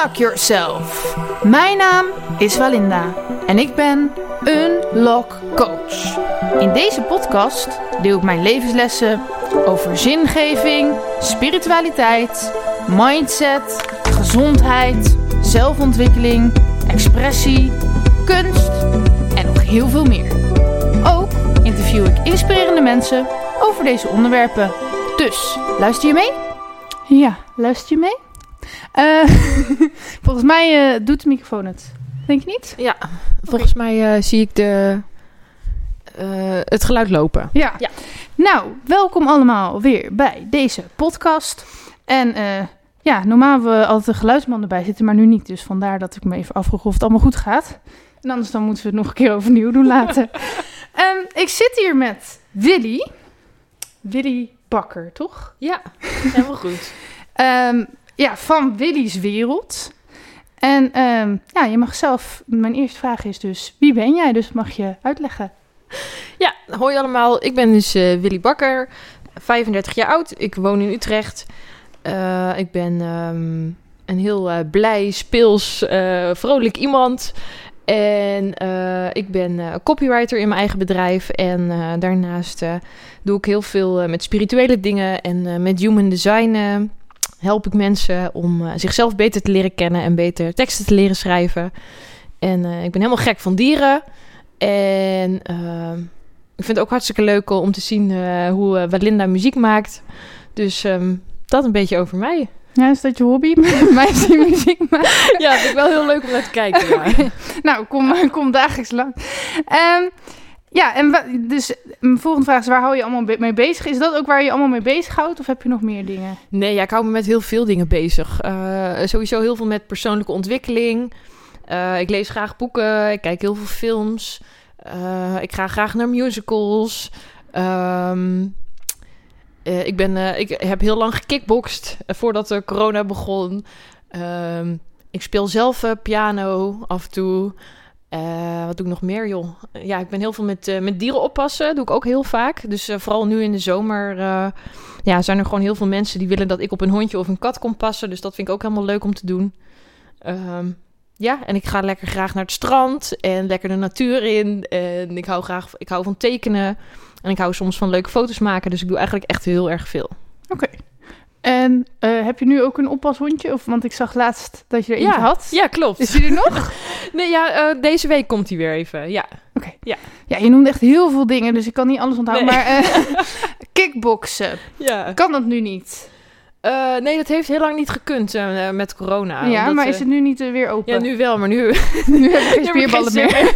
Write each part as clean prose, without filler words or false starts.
Unlock Yourself. Mijn naam is Walinda en ik ben Unlock Coach. In deze podcast deel ik mijn levenslessen over zingeving, spiritualiteit, mindset, gezondheid, zelfontwikkeling, expressie, kunst en nog heel veel meer. Ook interview ik inspirerende mensen over deze onderwerpen. Dus, luister je mee? Ja, luister je mee? Volgens mij doet de microfoon het. Denk je niet? Ja, volgens mij zie ik het geluid lopen. Ja. Nou, welkom allemaal weer bij deze podcast. En normaal hebben we altijd een geluidsman erbij zitten, maar nu niet. Dus vandaar dat ik me even afvroeg of het allemaal goed gaat. En anders dan moeten we het nog een keer overnieuw doen laten. Ik zit hier met Willy. Willy Bakker, toch? Ja, helemaal goed. Van Willy's Wereld. En je mag zelf... Mijn eerste vraag is dus, wie ben jij? Dus mag je uitleggen. Ja, hoi allemaal. Ik ben dus Willy Bakker, 35 jaar oud. Ik woon in Utrecht. Ik ben een heel blij, speels, vrolijk iemand. En ik ben copywriter in mijn eigen bedrijf. En daarnaast doe ik heel veel met spirituele dingen. En met human design help ik mensen om zichzelf beter te leren kennen en beter teksten te leren schrijven. En ik ben helemaal gek van dieren. En ik vind het ook hartstikke leuk om te zien hoe Walinda muziek maakt. Dus dat een beetje over mij. Ja, is dat je hobby? Mij is die muziek maken? Ja, dat vind ik wel heel leuk om naar te kijken. Ja. Okay. Nou, kom dagelijks lang. Dus mijn volgende vraag is, waar hou je allemaal mee bezig? Is dat ook waar je allemaal mee bezighoudt of heb je nog meer dingen? Nee, ik hou me met heel veel dingen bezig. Sowieso heel veel met persoonlijke ontwikkeling. Ik lees graag boeken, ik kijk heel veel films. Ik ga graag naar musicals. Ik heb heel lang gekickbokst voordat de corona begon. Ik speel zelf piano af en toe. Wat doe ik nog meer, joh? Ja, ik ben heel veel met dieren oppassen. Doe ik ook heel vaak. Dus vooral nu in de zomer zijn er gewoon heel veel mensen die willen dat ik op een hondje of een kat kom passen. Dus dat vind ik ook helemaal leuk om te doen. En ik ga lekker graag naar het strand en lekker de natuur in. En ik hou van tekenen. En ik hou soms van leuke foto's maken. Dus ik doe eigenlijk echt heel erg veel. Oké. En heb je nu ook een oppashondje? Want ik zag laatst dat je er eentje had. Ja, klopt. Is die er nog? Nee, deze week komt hij weer even. Ja. Oké. Ja. Ja, je noemde echt heel veel dingen, dus ik kan niet alles onthouden. Nee. Maar kickboksen, kan dat nu niet? Nee, dat heeft heel lang niet gekund met corona. Ja, omdat, maar is het nu niet weer open? Ja, nu wel, maar nu heb ik geen spierballen meer.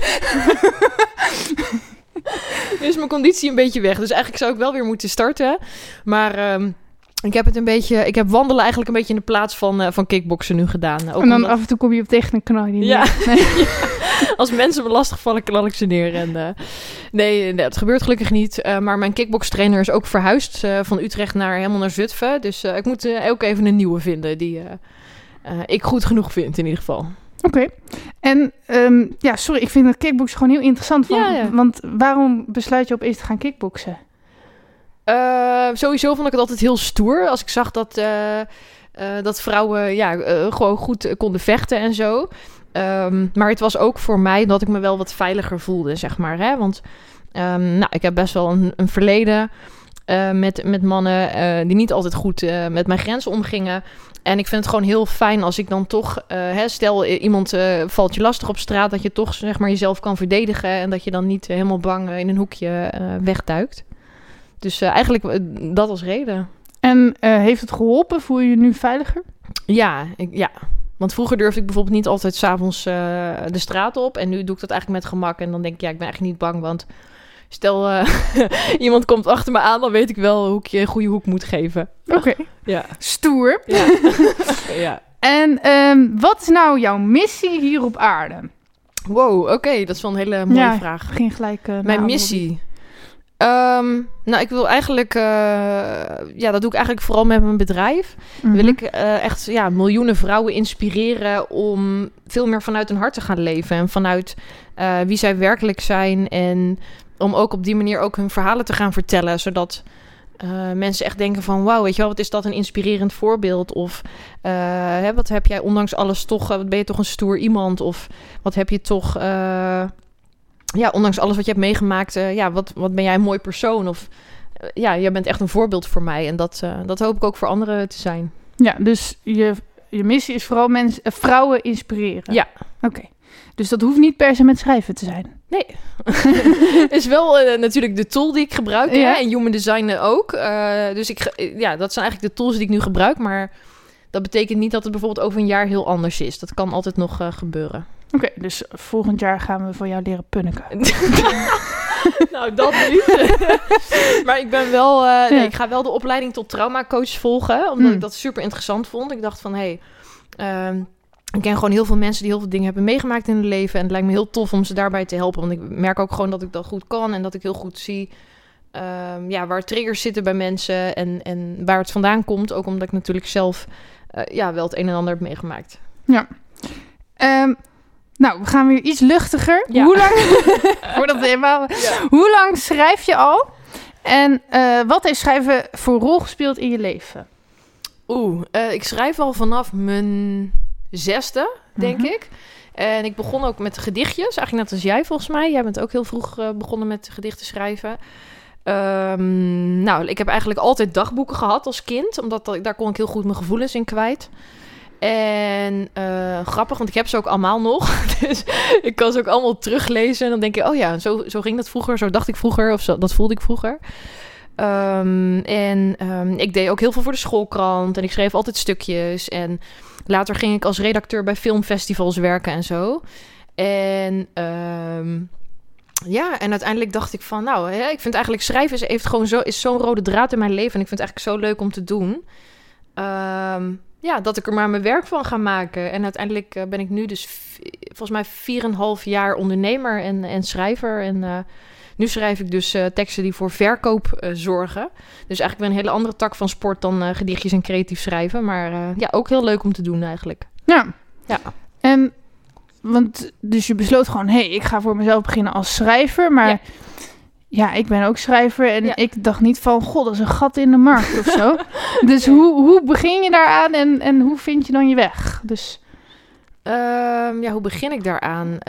Nu is mijn conditie een beetje weg. Dus eigenlijk zou ik wel weer moeten starten. Maar ik heb wandelen eigenlijk een beetje in de plaats van kickboksen nu gedaan. Ook en dan af en toe kom je op tegen een knal. Ja. Nee. Als mensen me lastigvallen, knal ik ze neer. En, nee, dat gebeurt gelukkig niet. Maar mijn kickbokstrainer is ook verhuisd van Utrecht helemaal naar Zutphen. Dus ik moet ook even een nieuwe vinden die ik goed genoeg vind in ieder geval. Oké. En sorry, ik vind dat kickboksen gewoon heel interessant. Want waarom besluit je opeens te gaan kickboksen? Sowieso vond ik het altijd heel stoer. Als ik zag dat vrouwen gewoon goed konden vechten en zo. Maar het was ook voor mij dat ik me wel wat veiliger voelde, zeg maar. Hè? Want ik heb best wel een verleden met mannen die niet altijd goed met mijn grenzen omgingen. En ik vind het gewoon heel fijn als ik dan toch... stel, iemand valt je lastig op straat... dat je toch zeg maar, jezelf kan verdedigen... en dat je dan niet helemaal bang in een hoekje wegduikt. Dus eigenlijk dat als reden. En heeft het geholpen? Voel je je nu veiliger? Ja. Want vroeger durfde ik bijvoorbeeld niet altijd 's avonds de straat op. En nu doe ik dat eigenlijk met gemak. En dan denk ik, ik ben eigenlijk niet bang. Want stel, iemand komt achter me aan... dan weet ik wel hoe ik je een goede hoek moet geven. Oké. Ja. Stoer. Ja. Ja. En wat is nou jouw missie hier op aarde? Wow, oké. Dat is wel een hele mooie vraag. Ging gelijk mijn missie... ik wil eigenlijk... dat doe ik eigenlijk vooral met mijn bedrijf. Mm-hmm. Wil ik echt miljoenen vrouwen inspireren... om veel meer vanuit hun hart te gaan leven. En vanuit wie zij werkelijk zijn. En om ook op die manier ook hun verhalen te gaan vertellen. Zodat mensen echt denken van... wauw, weet je wel, wat is dat een inspirerend voorbeeld? Of wat heb jij ondanks alles toch... wat ben je toch een stoer iemand? Of wat heb je toch... ondanks alles wat je hebt meegemaakt... wat ben jij een mooi persoon? Of jij bent echt een voorbeeld voor mij. En dat hoop ik ook voor anderen te zijn. Ja, dus je missie is vooral vrouwen inspireren. Ja. Oké. Dus dat hoeft niet per se met schrijven te zijn. Nee. Is wel natuurlijk de tool die ik gebruik. Ja. Hè? En human design ook. Dus dat zijn eigenlijk de tools die ik nu gebruik. Maar dat betekent niet dat het bijvoorbeeld over een jaar heel anders is. Dat kan altijd nog gebeuren. Oké, dus volgend jaar gaan we van jou leren punniken. Nou, dat niet. Maar ik ben wel... ik ga wel de opleiding tot traumacoach volgen. Omdat ik dat super interessant vond. Ik dacht van, ik ken gewoon heel veel mensen die heel veel dingen hebben meegemaakt in hun leven. En het lijkt me heel tof om ze daarbij te helpen. Want ik merk ook gewoon dat ik dat goed kan. En dat ik heel goed zie waar triggers zitten bij mensen. En waar het vandaan komt. Ook omdat ik natuurlijk zelf wel het een en ander heb meegemaakt. Ja. Nou, we gaan weer iets luchtiger. Ja. Hoe lang... Voordat we helemaal... Ja. Hoe lang schrijf je al? En wat heeft schrijven voor rol gespeeld in je leven? Ik schrijf al vanaf mijn 6e, denk ik. En ik begon ook met gedichtjes. Eigenlijk net als jij, volgens mij. Jij bent ook heel vroeg begonnen met gedichten schrijven. Ik heb eigenlijk altijd dagboeken gehad als kind. Omdat daar kon ik heel goed mijn gevoelens in kwijt. En grappig, want ik heb ze ook allemaal nog. Dus ik kan ze ook allemaal teruglezen. En dan denk ik, zo ging dat vroeger. Zo dacht ik vroeger. Of zo, dat voelde ik vroeger. Ik deed ook heel veel voor de schoolkrant. En ik schreef altijd stukjes. En later ging ik als redacteur bij filmfestivals werken en zo. En en uiteindelijk dacht ik van... ik vind eigenlijk schrijven is zo'n rode draad in mijn leven. En ik vind het eigenlijk zo leuk om te doen. Dat ik er maar mijn werk van ga maken. En uiteindelijk ben ik nu dus volgens mij 4,5 jaar ondernemer en schrijver. En nu schrijf ik dus teksten die voor verkoop zorgen. Dus eigenlijk weer een hele andere tak van sport dan gedichtjes en creatief schrijven. Maar ook heel leuk om te doen eigenlijk. Ja. En dus je besloot gewoon, ik ga voor mezelf beginnen als schrijver. Maar ik ben ook schrijver en ik dacht niet van... God, dat is een gat in de markt of zo. Dus hoe begin je daaraan en hoe vind je dan je weg? Dus... hoe begin ik daaraan?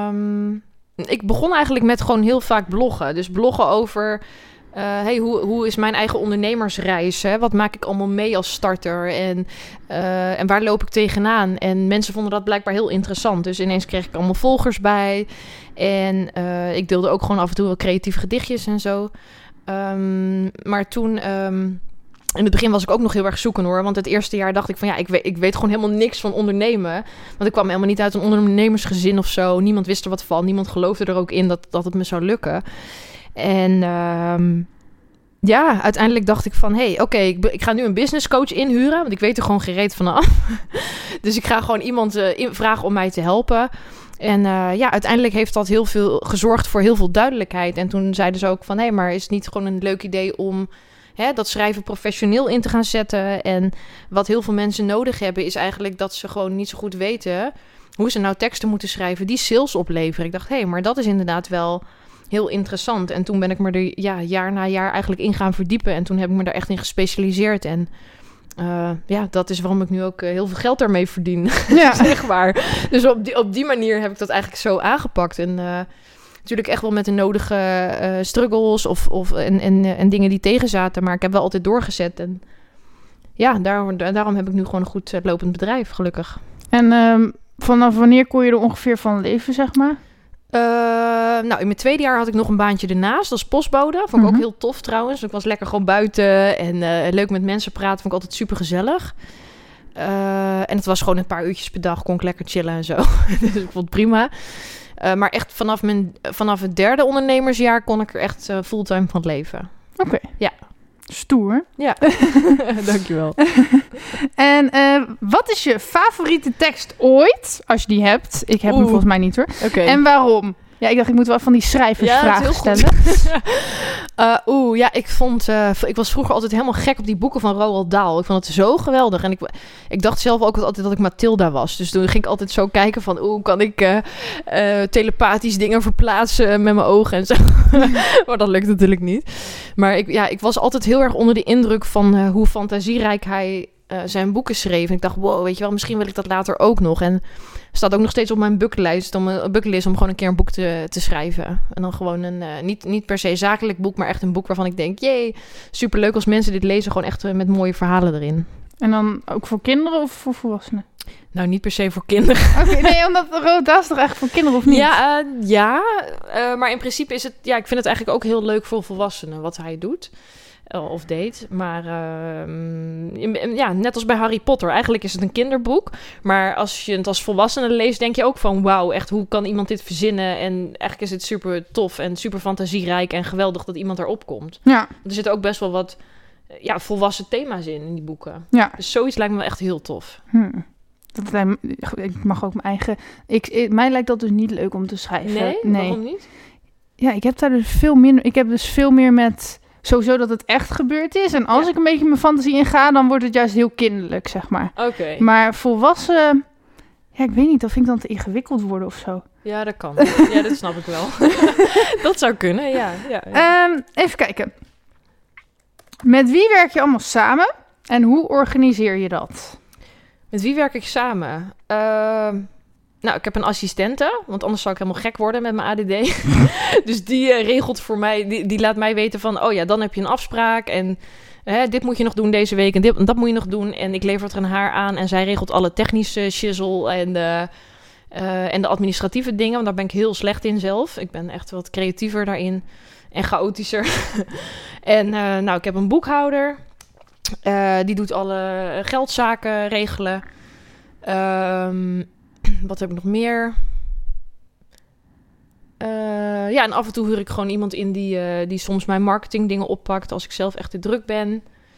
Ik begon eigenlijk met gewoon heel vaak bloggen. Dus bloggen over... hoe is mijn eigen ondernemersreis? Hè? Wat maak ik allemaal mee als starter? En waar loop ik tegenaan? En mensen vonden dat blijkbaar heel interessant. Dus ineens kreeg ik allemaal volgers bij. En ik deelde ook gewoon af en toe wel creatieve gedichtjes en zo. Maar toen... in het begin was ik ook nog heel erg zoeken hoor. Want het eerste jaar dacht ik van ik weet gewoon helemaal niks van ondernemen. Want ik kwam helemaal niet uit een ondernemersgezin of zo. Niemand wist er wat van. Niemand geloofde er ook in dat het me zou lukken. En uiteindelijk dacht ik van... ik ga nu een business coach inhuren. Want ik weet er gewoon geen reet vanaf. Dus ik ga gewoon iemand vragen om mij te helpen. En uiteindelijk heeft dat heel veel gezorgd voor heel veel duidelijkheid. En toen zeiden ze ook van... maar is het niet gewoon een leuk idee om... dat schrijven professioneel in te gaan zetten. En wat heel veel mensen nodig hebben... is eigenlijk dat ze gewoon niet zo goed weten... hoe ze nou teksten moeten schrijven die sales opleveren. Ik dacht, maar dat is inderdaad wel... heel interessant. En toen ben ik me er jaar na jaar eigenlijk in gaan verdiepen. En toen heb ik me daar echt in gespecialiseerd. En dat is waarom ik nu ook heel veel geld daarmee verdien. Ja. Zeg maar. Dus op die manier heb ik dat eigenlijk zo aangepakt. En natuurlijk echt wel met de nodige struggles en dingen die tegen zaten. Maar ik heb wel altijd doorgezet. En daarom heb ik nu gewoon een goed lopend bedrijf, gelukkig. En vanaf wanneer kon je er ongeveer van leven, zeg maar? In mijn tweede jaar had ik nog een baantje ernaast als postbode. Vond ik ook heel tof trouwens. Ik was lekker gewoon buiten en leuk met mensen praten. Vond ik altijd super gezellig. En het was gewoon een paar uurtjes per dag. Kon ik lekker chillen en zo. Dus ik vond het prima. Maar echt vanaf het derde ondernemersjaar kon ik er echt fulltime van leven. Oké. Ja. Stoer. Ja, dankjewel. En wat is je favoriete tekst ooit? Als je die hebt. Ik heb hem volgens mij niet hoor. Okay. En waarom? Ja, ik dacht, ik moet wel van die schrijversvragen stellen. Ik was vroeger altijd helemaal gek op die boeken van Roald Dahl. Ik vond het zo geweldig. En ik dacht zelf ook altijd dat ik Mathilda was. Dus toen ging ik altijd zo kijken van, hoe kan ik telepathisch dingen verplaatsen met mijn ogen en zo. Maar dat lukt natuurlijk niet. Maar ik was altijd heel erg onder de indruk van hoe fantasierijk hij zijn boeken schreef. En ik dacht, wow, weet je wel, misschien wil ik dat later ook nog. En staat ook nog steeds op mijn bucketlist om gewoon een keer een boek te schrijven. En dan gewoon een, niet per se zakelijk boek, maar echt een boek waarvan ik denk, jee, superleuk als mensen dit lezen, gewoon echt met mooie verhalen erin. En dan ook voor kinderen of voor volwassenen? Nou, niet per se voor kinderen. Oké, nee, omdat Roald Dahl is toch eigenlijk voor kinderen of niet? Maar in principe is het, ik vind het eigenlijk ook heel leuk voor volwassenen wat hij doet. Of deed. Maar net als bij Harry Potter. Eigenlijk is het een kinderboek. Maar als je het als volwassene leest, denk je ook van, wauw, echt, hoe kan iemand dit verzinnen? En eigenlijk is het super tof en super fantasierijk en geweldig dat iemand erop komt. Ja. Er zitten ook best wel wat volwassen thema's in die boeken. Ja. Dus zoiets lijkt me wel echt heel tof. Ik mag ook mijn eigen... Mij lijkt dat dus niet leuk om te schrijven. Nee? Waarom niet? Ja, ik heb daar dus veel minder... Ik heb dus veel meer met... Sowieso dat het echt gebeurd is. En als ik een beetje mijn fantasie inga, dan wordt het juist heel kinderlijk, zeg maar. Oké. Maar volwassen... Ja, ik weet niet. Dat vind ik dan te ingewikkeld worden of zo. Ja, dat kan. Ja, dat snap ik wel. Dat zou kunnen, ja. Even kijken. Met wie werk je allemaal samen? En hoe organiseer je dat? Met wie werk ik samen? Ik heb een assistente, want anders zou ik helemaal gek worden met mijn ADD. Dus die regelt voor mij, die laat mij weten van, dan heb je een afspraak en dit moet je nog doen deze week en dat moet je nog doen. En ik lever het aan haar aan en zij regelt alle technische shizzle en de administratieve dingen, want daar ben ik heel slecht in zelf. Ik ben echt wat creatiever daarin en chaotischer. En ik heb een boekhouder, die doet alle geldzaken regelen. Wat heb ik nog meer? En af en toe huur ik gewoon iemand in die soms mijn marketingdingen oppakt als ik zelf echt te druk ben.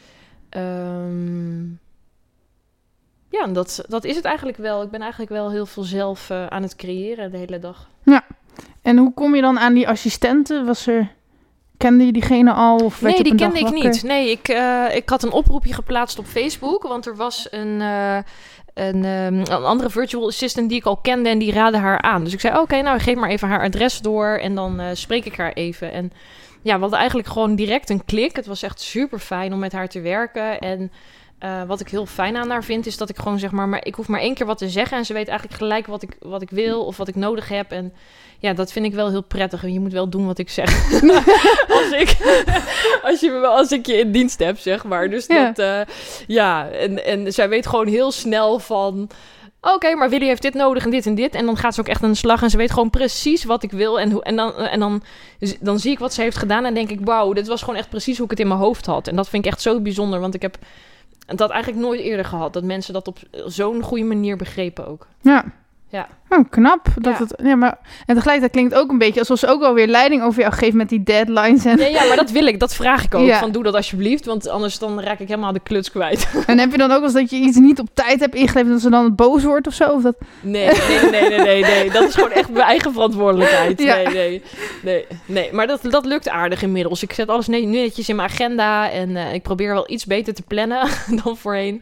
En dat is het eigenlijk wel. Ik ben eigenlijk wel heel veel zelf aan het creëren de hele dag. Ja. En hoe kom je dan aan die assistenten? Kende je diegene al? Of nee, die kende ik niet. Nee, ik had een oproepje geplaatst op Facebook, want er was een andere virtual assistant die ik al kende en die raadde haar aan. Dus ik zei, oké, geef maar even haar adres door en dan spreek ik haar even. En we hadden eigenlijk gewoon direct een klik. Het was echt super fijn om met haar te werken. En wat ik heel fijn aan haar vind, is dat ik gewoon zeg maar ik hoef maar 1 keer wat te zeggen en ze weet eigenlijk gelijk wat ik wil of wat ik nodig heb. En ja, dat vind ik wel heel prettig. En je moet wel doen wat ik zeg. als ik je in dienst heb, zeg maar. Dus en zij weet gewoon heel snel van, oké, maar Willy heeft dit nodig en dit en dit. En dan gaat ze ook echt aan de slag en ze weet gewoon precies wat ik wil. En dan zie ik wat ze heeft gedaan en denk ik, wauw, dit was gewoon echt precies hoe ik het in mijn hoofd had. En dat vind ik echt zo bijzonder, want ik heb dat eigenlijk nooit eerder gehad. Dat mensen dat op zo'n goede manier begrepen ook. Ja. Ja. Knap. En tegelijkertijd klinkt het ook een beetje alsof ze ook alweer leiding over jou geeft met die deadlines. Ja, maar dat wil ik. Dat vraag ik ook. Ja. Van doe dat alsjeblieft, want anders dan raak ik helemaal de kluts kwijt. En heb je dan ook als dat je iets niet op tijd hebt ingeleverd, dat ze dan boos wordt of zo? Of dat... Nee. Dat is gewoon echt mijn eigen verantwoordelijkheid. Ja. Nee. Maar dat lukt aardig inmiddels. Ik zet alles netjes in mijn agenda en ik probeer wel iets beter te plannen dan voorheen.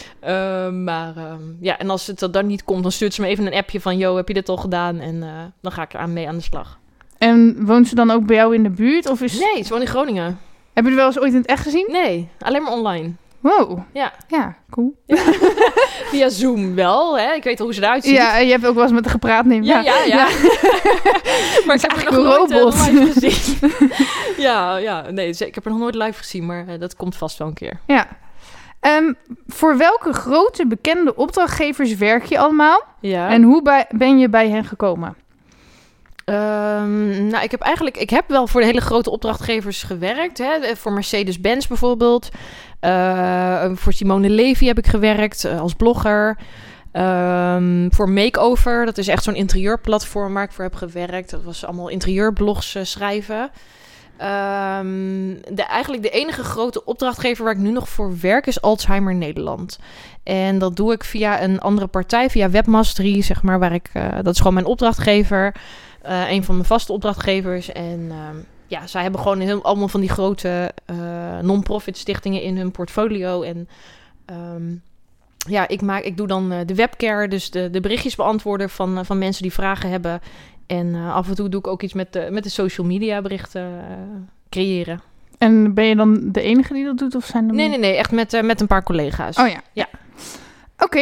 En als het dan niet komt, dan stuurt ze me even een appje van, heb je dit al gedaan? En dan ga ik er mee aan de slag. En woont ze dan ook bij jou in de buurt? Of Nee, ze woont in Groningen. Heb je er wel eens ooit in het echt gezien? Nee, alleen maar online. Wow. Ja, cool. Ja. Via Zoom wel, hè? Ik weet al hoe ze eruit ziet. Ja, en je hebt ook wel eens met haar gepraat, neem ik. Ja. Maar ik heb er nog nooit live gezien. Ik heb er nog nooit live gezien, maar dat komt vast wel een keer. Ja. Voor welke grote bekende opdrachtgevers werk je allemaal? Ja. En hoe ben je bij hen gekomen? Ik heb wel voor de hele grote opdrachtgevers gewerkt. Hè? Voor Mercedes-Benz bijvoorbeeld. Voor Simone Levy heb ik gewerkt als blogger. Voor Makeover, dat is echt zo'n interieurplatform waar ik voor heb gewerkt. Dat was allemaal interieurblogs schrijven. De enige grote opdrachtgever waar ik nu nog voor werk is Alzheimer Nederland. En dat doe ik via een andere partij, via Webmastery, zeg maar, dat is gewoon mijn opdrachtgever. een van mijn vaste opdrachtgevers. En zij hebben gewoon allemaal van die grote non-profit stichtingen in hun portfolio. En ik doe dan de webcare, dus de berichtjes beantwoorden van mensen die vragen hebben. En af en toe doe ik ook iets met de social media berichten creëren. En ben je dan de enige die dat doet? Of zijn er Nee, echt met een paar collega's. Oh ja. Oké.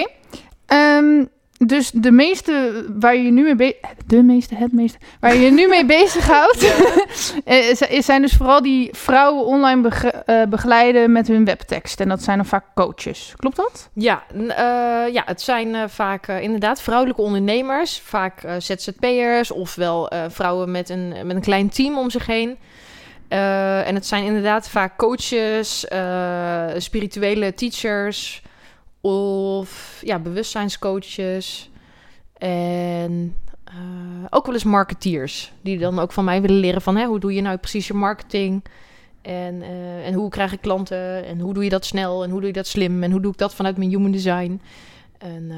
Dus de meeste waar je nu mee waar je nu mee bezighoudt, zijn dus vooral die vrouwen online begeleiden met hun webtekst. En dat zijn dan vaak coaches. Klopt dat? Ja, het zijn vaak inderdaad vrouwelijke ondernemers, vaak ZZP'ers, ofwel vrouwen met een klein team om zich heen. En het zijn inderdaad vaak coaches, spirituele teachers of bewustzijnscoaches en ook wel eens marketeers die dan ook van mij willen leren van hoe doe je nou precies je marketing en hoe krijg ik klanten en hoe doe je dat snel en hoe doe je dat slim en hoe doe ik dat vanuit mijn human design. En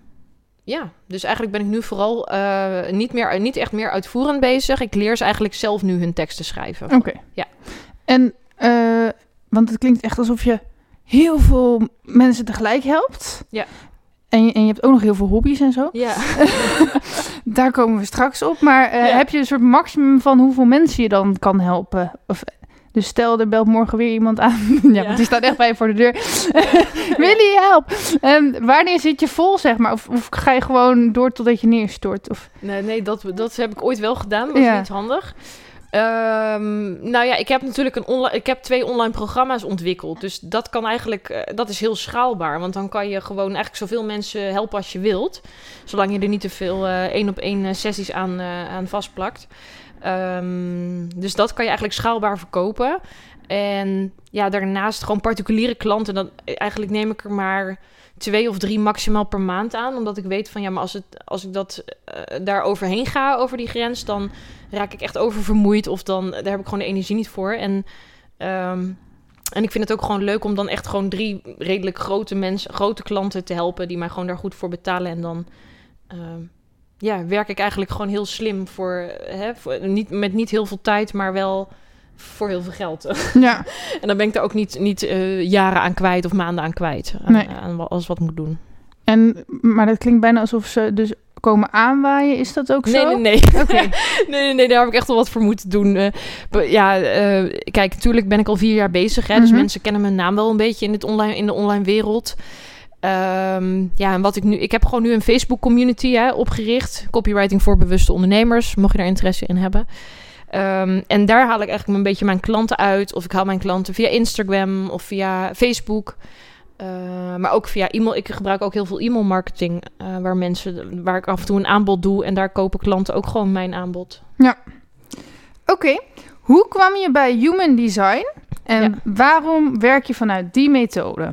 dus eigenlijk ben ik nu vooral niet echt meer uitvoerend bezig. Ik leer ze eigenlijk zelf nu hun teksten schrijven. Oké. Ja. En want het klinkt echt alsof je heel veel mensen tegelijk helpt. Ja. En je hebt ook nog heel veel hobby's en zo. Ja. Daar komen we straks op. Maar heb je een soort maximum van hoeveel mensen je dan kan helpen? Dus stel, er belt morgen weer iemand aan. Want die staat echt bij je voor de deur. Willy, help! Wanneer zit je vol, zeg maar? Of ga je gewoon door totdat je neerstort? Of? Nee, dat heb ik ooit wel gedaan. Dat was niet handig. Ik heb natuurlijk ik heb 2 online programma's ontwikkeld. Dus dat kan eigenlijk, dat is heel schaalbaar. Want dan kan je gewoon eigenlijk zoveel mensen helpen als je wilt. Zolang je er niet te veel 1-op-1 sessies aan vastplakt. Dus dat kan je eigenlijk schaalbaar verkopen. En daarnaast gewoon particuliere klanten. Dan eigenlijk neem ik er maar 2 of 3 maximaal per maand aan. Omdat ik weet van maar als ik dat daar overheen ga, over die grens, dan raak ik echt oververmoeid. Of daar heb ik gewoon de energie niet voor. En ik vind het ook gewoon leuk om dan echt gewoon 3 redelijk grote klanten te helpen die mij gewoon daar goed voor betalen. En dan werk ik eigenlijk gewoon heel slim met niet heel veel tijd, maar wel voor heel veel geld. Ja. En dan ben ik daar ook niet jaren aan kwijt of maanden aan kwijt. Aan alles wat ik moet doen. Maar dat klinkt bijna alsof ze dus komen aanwaaien. Is dat ook zo? Nee. Okay. nee, daar heb ik echt wel wat voor moeten doen. Kijk, natuurlijk ben ik al 4 jaar bezig. Hè, dus mensen kennen mijn naam wel een beetje in de online wereld. En wat ik heb gewoon nu een Facebook community opgericht. Copywriting voor bewuste ondernemers. Mocht je daar interesse in hebben. En daar haal ik eigenlijk een beetje mijn klanten uit. Of ik haal mijn klanten via Instagram of via Facebook. Maar ook via e-mail. Ik gebruik ook heel veel e-mailmarketing. Waar ik af en toe een aanbod doe. En daar kopen klanten ook gewoon mijn aanbod. Ja. Oké. Hoe kwam je bij Human Design? En waarom werk je vanuit die methode?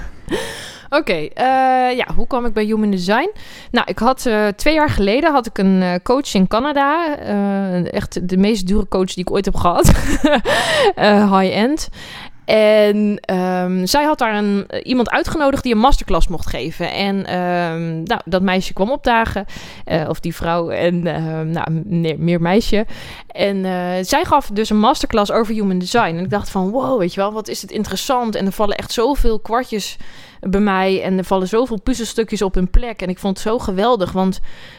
Oké, hoe kwam ik bij Human Design? Nou, ik had 2 jaar geleden had ik een coach in Canada. Echt de meest dure coach die ik ooit heb gehad. High-end. En zij had daar iemand uitgenodigd die een masterclass mocht geven. En dat meisje kwam opdagen. Of die vrouw. En meer meisje. En zij gaf dus een masterclass over Human Design. En ik dacht van, wow, weet je wel, wat is het interessant. En er vallen echt zoveel kwartjes bij mij. En er vallen zoveel puzzelstukjes op hun plek. En ik vond het zo geweldig, want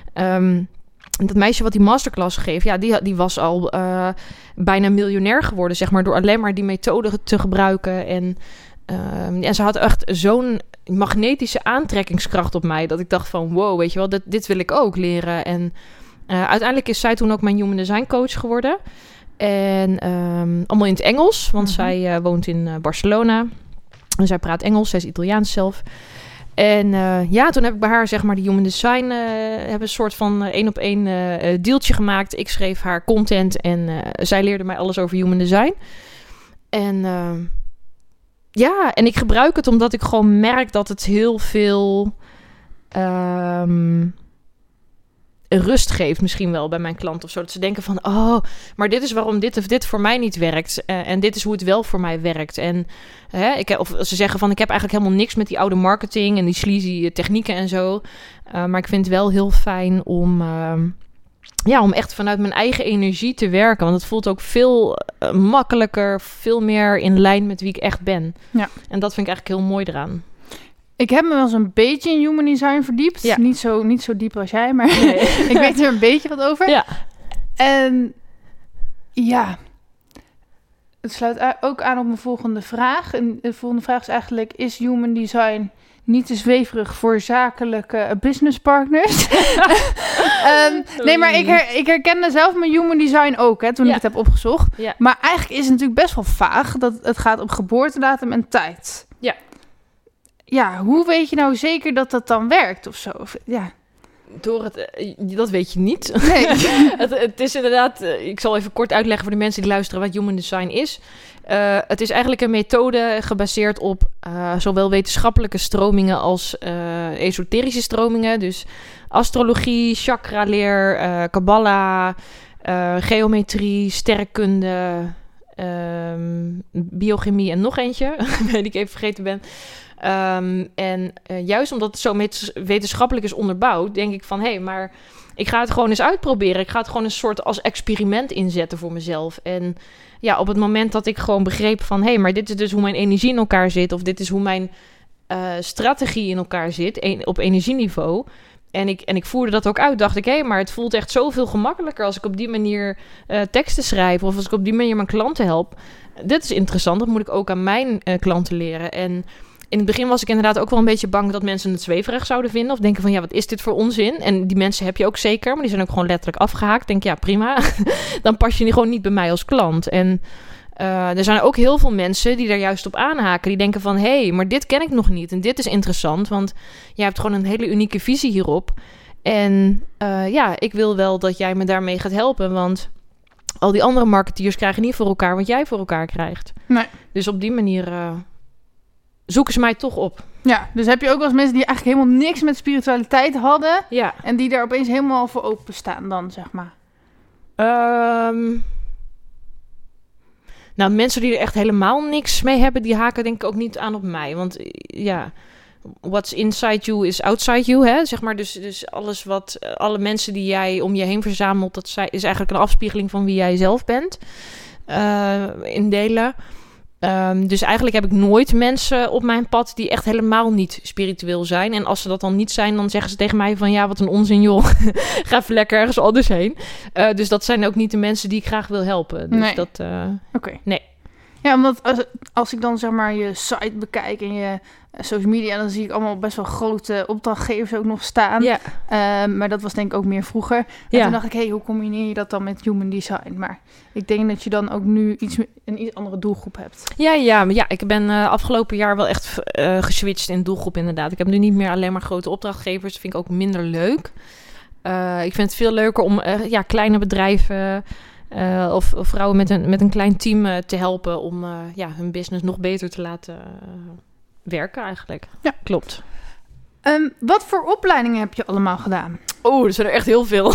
dat meisje wat die masterclass geeft, die was al bijna miljonair geworden, zeg maar, door alleen maar die methode te gebruiken. En ze had echt zo'n magnetische aantrekkingskracht op mij, dat ik dacht van, wow, weet je wel, dit wil ik ook leren. En uiteindelijk is zij toen ook mijn Human Design coach geworden. En allemaal in het Engels, want zij woont in Barcelona. En zij praat Engels, zij is Italiaans zelf. En toen heb ik bij haar, zeg maar, die Human Design hebben een soort van 1-op-1 deeltje gemaakt. Ik schreef haar content en zij leerde mij alles over Human Design. En en ik gebruik het omdat ik gewoon merk dat het heel veel rust geeft misschien wel bij mijn klanten of zo. Dat ze denken van, oh, maar dit is waarom dit of dit voor mij niet werkt. En dit is hoe het wel voor mij werkt. En of ze zeggen van, ik heb eigenlijk helemaal niks met die oude marketing en die sleazy technieken en zo. Maar ik vind het wel heel fijn om om echt vanuit mijn eigen energie te werken. Want het voelt ook veel makkelijker, veel meer in lijn met wie ik echt ben. Ja. En dat vind ik eigenlijk heel mooi eraan. Ik heb me wel eens een beetje in human design verdiept. Ja. Niet zo diep als jij, maar Nee. ik weet er een beetje wat over. Ja. En ja, het sluit ook aan op mijn volgende vraag. En de volgende vraag is eigenlijk, is human design niet te zweverig voor zakelijke businesspartners? Nee, maar ik herkende zelf mijn human design ook, hè, toen ik het heb opgezocht. Ja. Maar eigenlijk is het natuurlijk best wel vaag dat het gaat om geboortedatum en tijd. Ja. Ja, hoe weet je nou zeker dat dat dan werkt of zo? Ja. Door het, dat weet je niet. Nee. Het is inderdaad, ik zal even kort uitleggen voor de mensen die luisteren wat human design is. Het is eigenlijk een methode gebaseerd op zowel wetenschappelijke stromingen als esoterische stromingen. Dus astrologie, chakraleer, kabbala, geometrie, sterrenkunde, biochemie en nog eentje, die ik even vergeten ben. Juist omdat het zo wetenschappelijk is onderbouwd, denk ik van, hé, maar ik ga het gewoon eens uitproberen. Ik ga het gewoon een soort als experiment inzetten voor mezelf. En ja, op het moment dat ik gewoon begreep van, hé, maar dit is dus hoe mijn energie in elkaar zit, of dit is hoe mijn strategie in elkaar zit, op energieniveau. En ik voerde dat ook uit, dacht ik, hé, maar het voelt echt zoveel gemakkelijker als ik op die manier teksten schrijf, of als ik op die manier mijn klanten help. Dit is interessant, dat moet ik ook aan mijn klanten leren. En in het begin was ik inderdaad ook wel een beetje bang dat mensen het zweverig zouden vinden. Of denken van, ja, wat is dit voor onzin? En die mensen heb je ook zeker, maar die zijn ook gewoon letterlijk afgehaakt. Denk, ja, prima. Dan pas je gewoon niet bij mij als klant. En er zijn ook heel veel mensen die daar juist op aanhaken. Die denken van, hé, maar dit ken ik nog niet. En dit is interessant, want jij hebt gewoon een hele unieke visie hierop. En ik wil wel dat jij me daarmee gaat helpen, want al die andere marketeers krijgen niet voor elkaar wat jij voor elkaar krijgt. Nee. Dus op die manier zoeken ze mij toch op. Ja, dus heb je ook wel eens mensen die eigenlijk helemaal niks met spiritualiteit hadden, Ja. en die daar opeens helemaal voor openstaan dan, zeg maar? Nou, mensen die er echt helemaal niks mee hebben, die haken denk ik ook niet aan op mij. Want ja, what's inside you is outside you, hè? Zeg maar, dus alles wat, alle mensen die jij om je heen verzamelt, dat is eigenlijk een afspiegeling van wie jij zelf bent. In delen. Dus eigenlijk heb ik nooit mensen op mijn pad die echt helemaal niet spiritueel zijn. En als ze dat dan niet zijn, dan zeggen ze tegen mij van, ja, wat een onzin, joh. Ga even lekker ergens anders heen. Dus dat zijn ook niet de mensen die ik graag wil helpen. Dus Nee. dat, Oké. Nee. Ja, omdat als ik dan zeg maar je site bekijk en je social media, dan zie ik allemaal best wel grote opdrachtgevers ook nog staan. Ja. Maar dat was denk ik ook meer vroeger. En Ja. toen dacht ik, hoe combineer je dat dan met human design? Maar ik denk dat je dan ook nu een iets andere doelgroep hebt. Ja, ik ben afgelopen jaar wel echt geswitcht in doelgroep inderdaad. Ik heb nu niet meer alleen maar grote opdrachtgevers. Dat vind ik ook minder leuk. Ik vind het veel leuker om kleine bedrijven of vrouwen met een klein team te helpen om hun business nog beter te laten werken eigenlijk. Ja. Klopt. Wat voor opleidingen heb je allemaal gedaan? Er zijn er echt heel veel.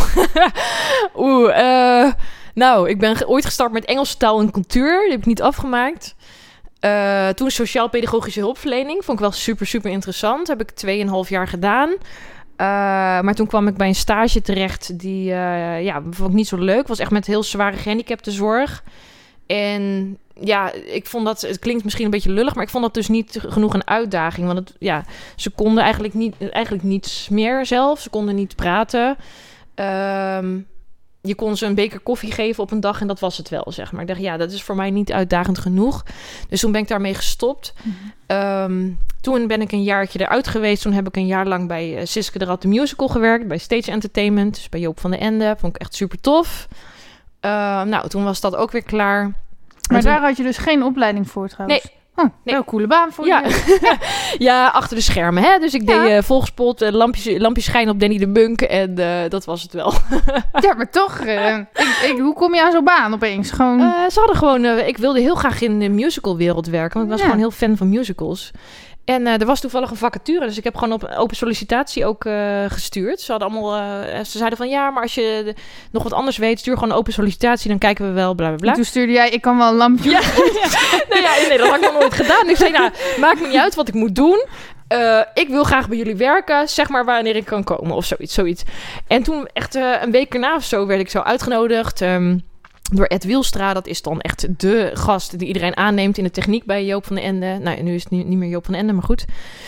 Ik ben ooit gestart met Engelse taal en cultuur. Die heb ik niet afgemaakt. Toen sociaal-pedagogische hulpverlening. Vond ik wel super, super interessant. Heb ik 2,5 jaar gedaan. Maar toen kwam ik bij een stage terecht die vond ik niet zo leuk. Was echt met heel zware gehandicaptenzorg. En ja, ik vond dat, het klinkt misschien een beetje lullig, maar ik vond dat dus niet genoeg een uitdaging. Want ze konden eigenlijk niets meer zelf. Ze konden niet praten. Je kon ze een beker koffie geven op een dag en dat was het wel, zeg maar. Ik dacht, dat is voor mij niet uitdagend genoeg. Dus toen ben ik daarmee gestopt. Mm-hmm. Toen ben ik een jaartje eruit geweest. Toen heb ik een jaar lang bij Siske de Rat de Musical gewerkt. Bij Stage Entertainment, dus bij Joop van den Ende. Vond ik echt super tof. Toen was dat ook weer klaar. Maar daar had je dus geen opleiding voor trouwens? Nee. Nee. Wel een coole baan voor je. Ja, achter de schermen. Hè? Dus ik deed volgspot, lampjes schijnen op Danny de Bunk. En dat was het wel. Ja, maar toch. Hoe kom je aan zo'n baan opeens? Gewoon... Ze hadden gewoon... ik wilde heel graag in de musicalwereld werken. Want ik was gewoon heel fan van musicals. En er was toevallig een vacature. Dus ik heb gewoon op open sollicitatie ook gestuurd. Ze hadden allemaal... ze zeiden van, maar als je nog wat anders weet, stuur gewoon een open sollicitatie. Dan kijken we wel, bla, bla, bla. En toen stuurde jij, ik kan wel een lampje. Nee, dat had ik nog nooit gedaan. Ik zei, maakt me niet uit wat ik moet doen. ik wil graag bij jullie werken. Zeg maar wanneer ik kan komen of zoiets. En toen echt een week erna of zo werd ik zo uitgenodigd... door Ed Wielstra. Dat is dan echt de gast die iedereen aanneemt in de techniek bij Joop van den Ende. Nou, nu is het niet meer Joop van den Ende, maar goed.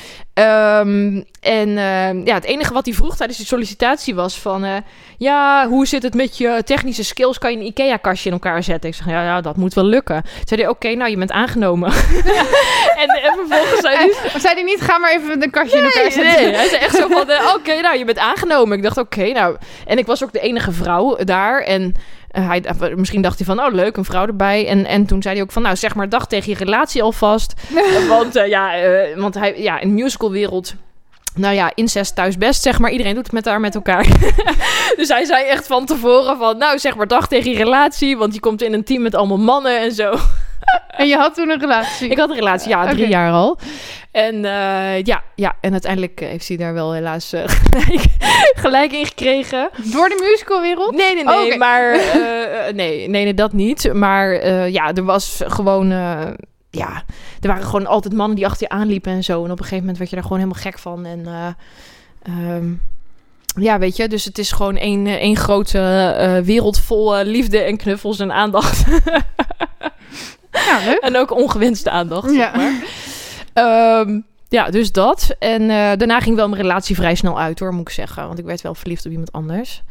Het enige wat hij vroeg tijdens die sollicitatie was van... hoe zit het met je technische skills? Kan je een IKEA-kastje in elkaar zetten? Ik zeg, ja, dat moet wel lukken. Toen zei hij, oké, nou, je bent aangenomen. en vervolgens zei hij... Zei hij niet, ga maar even een kastje in elkaar zetten? Nee, hij zei echt zo van, oké, nou, je bent aangenomen. Ik dacht, oké, nou... En ik was ook de enige vrouw daar en... misschien dacht hij van, oh leuk, een vrouw erbij. En toen zei hij ook van, nou zeg maar dag tegen je relatie alvast. Want hij, in de musicalwereld, nou ja, incest thuis best, zeg maar. Iedereen doet het met elkaar. Dus hij zei echt van tevoren van, nou zeg maar dag tegen je relatie. Want je komt in een team met allemaal mannen en zo. En je had toen een relatie? Ik had een relatie, ja, 3 jaar al. En en uiteindelijk heeft hij daar wel helaas gelijk in gekregen. Door de musicalwereld? Nee, okay. Maar nee, dat niet. Maar er was gewoon... er waren gewoon altijd mannen die achter je aanliepen en zo. En op een gegeven moment werd je daar gewoon helemaal gek van. En weet je, dus het is gewoon één grote wereld vol liefde en knuffels en aandacht. Ja, leuk. En ook ongewenste aandacht, ja. Zeg maar. Dus dat. En daarna ging wel mijn relatie vrij snel uit, hoor, moet ik zeggen. Want ik werd wel verliefd op iemand anders.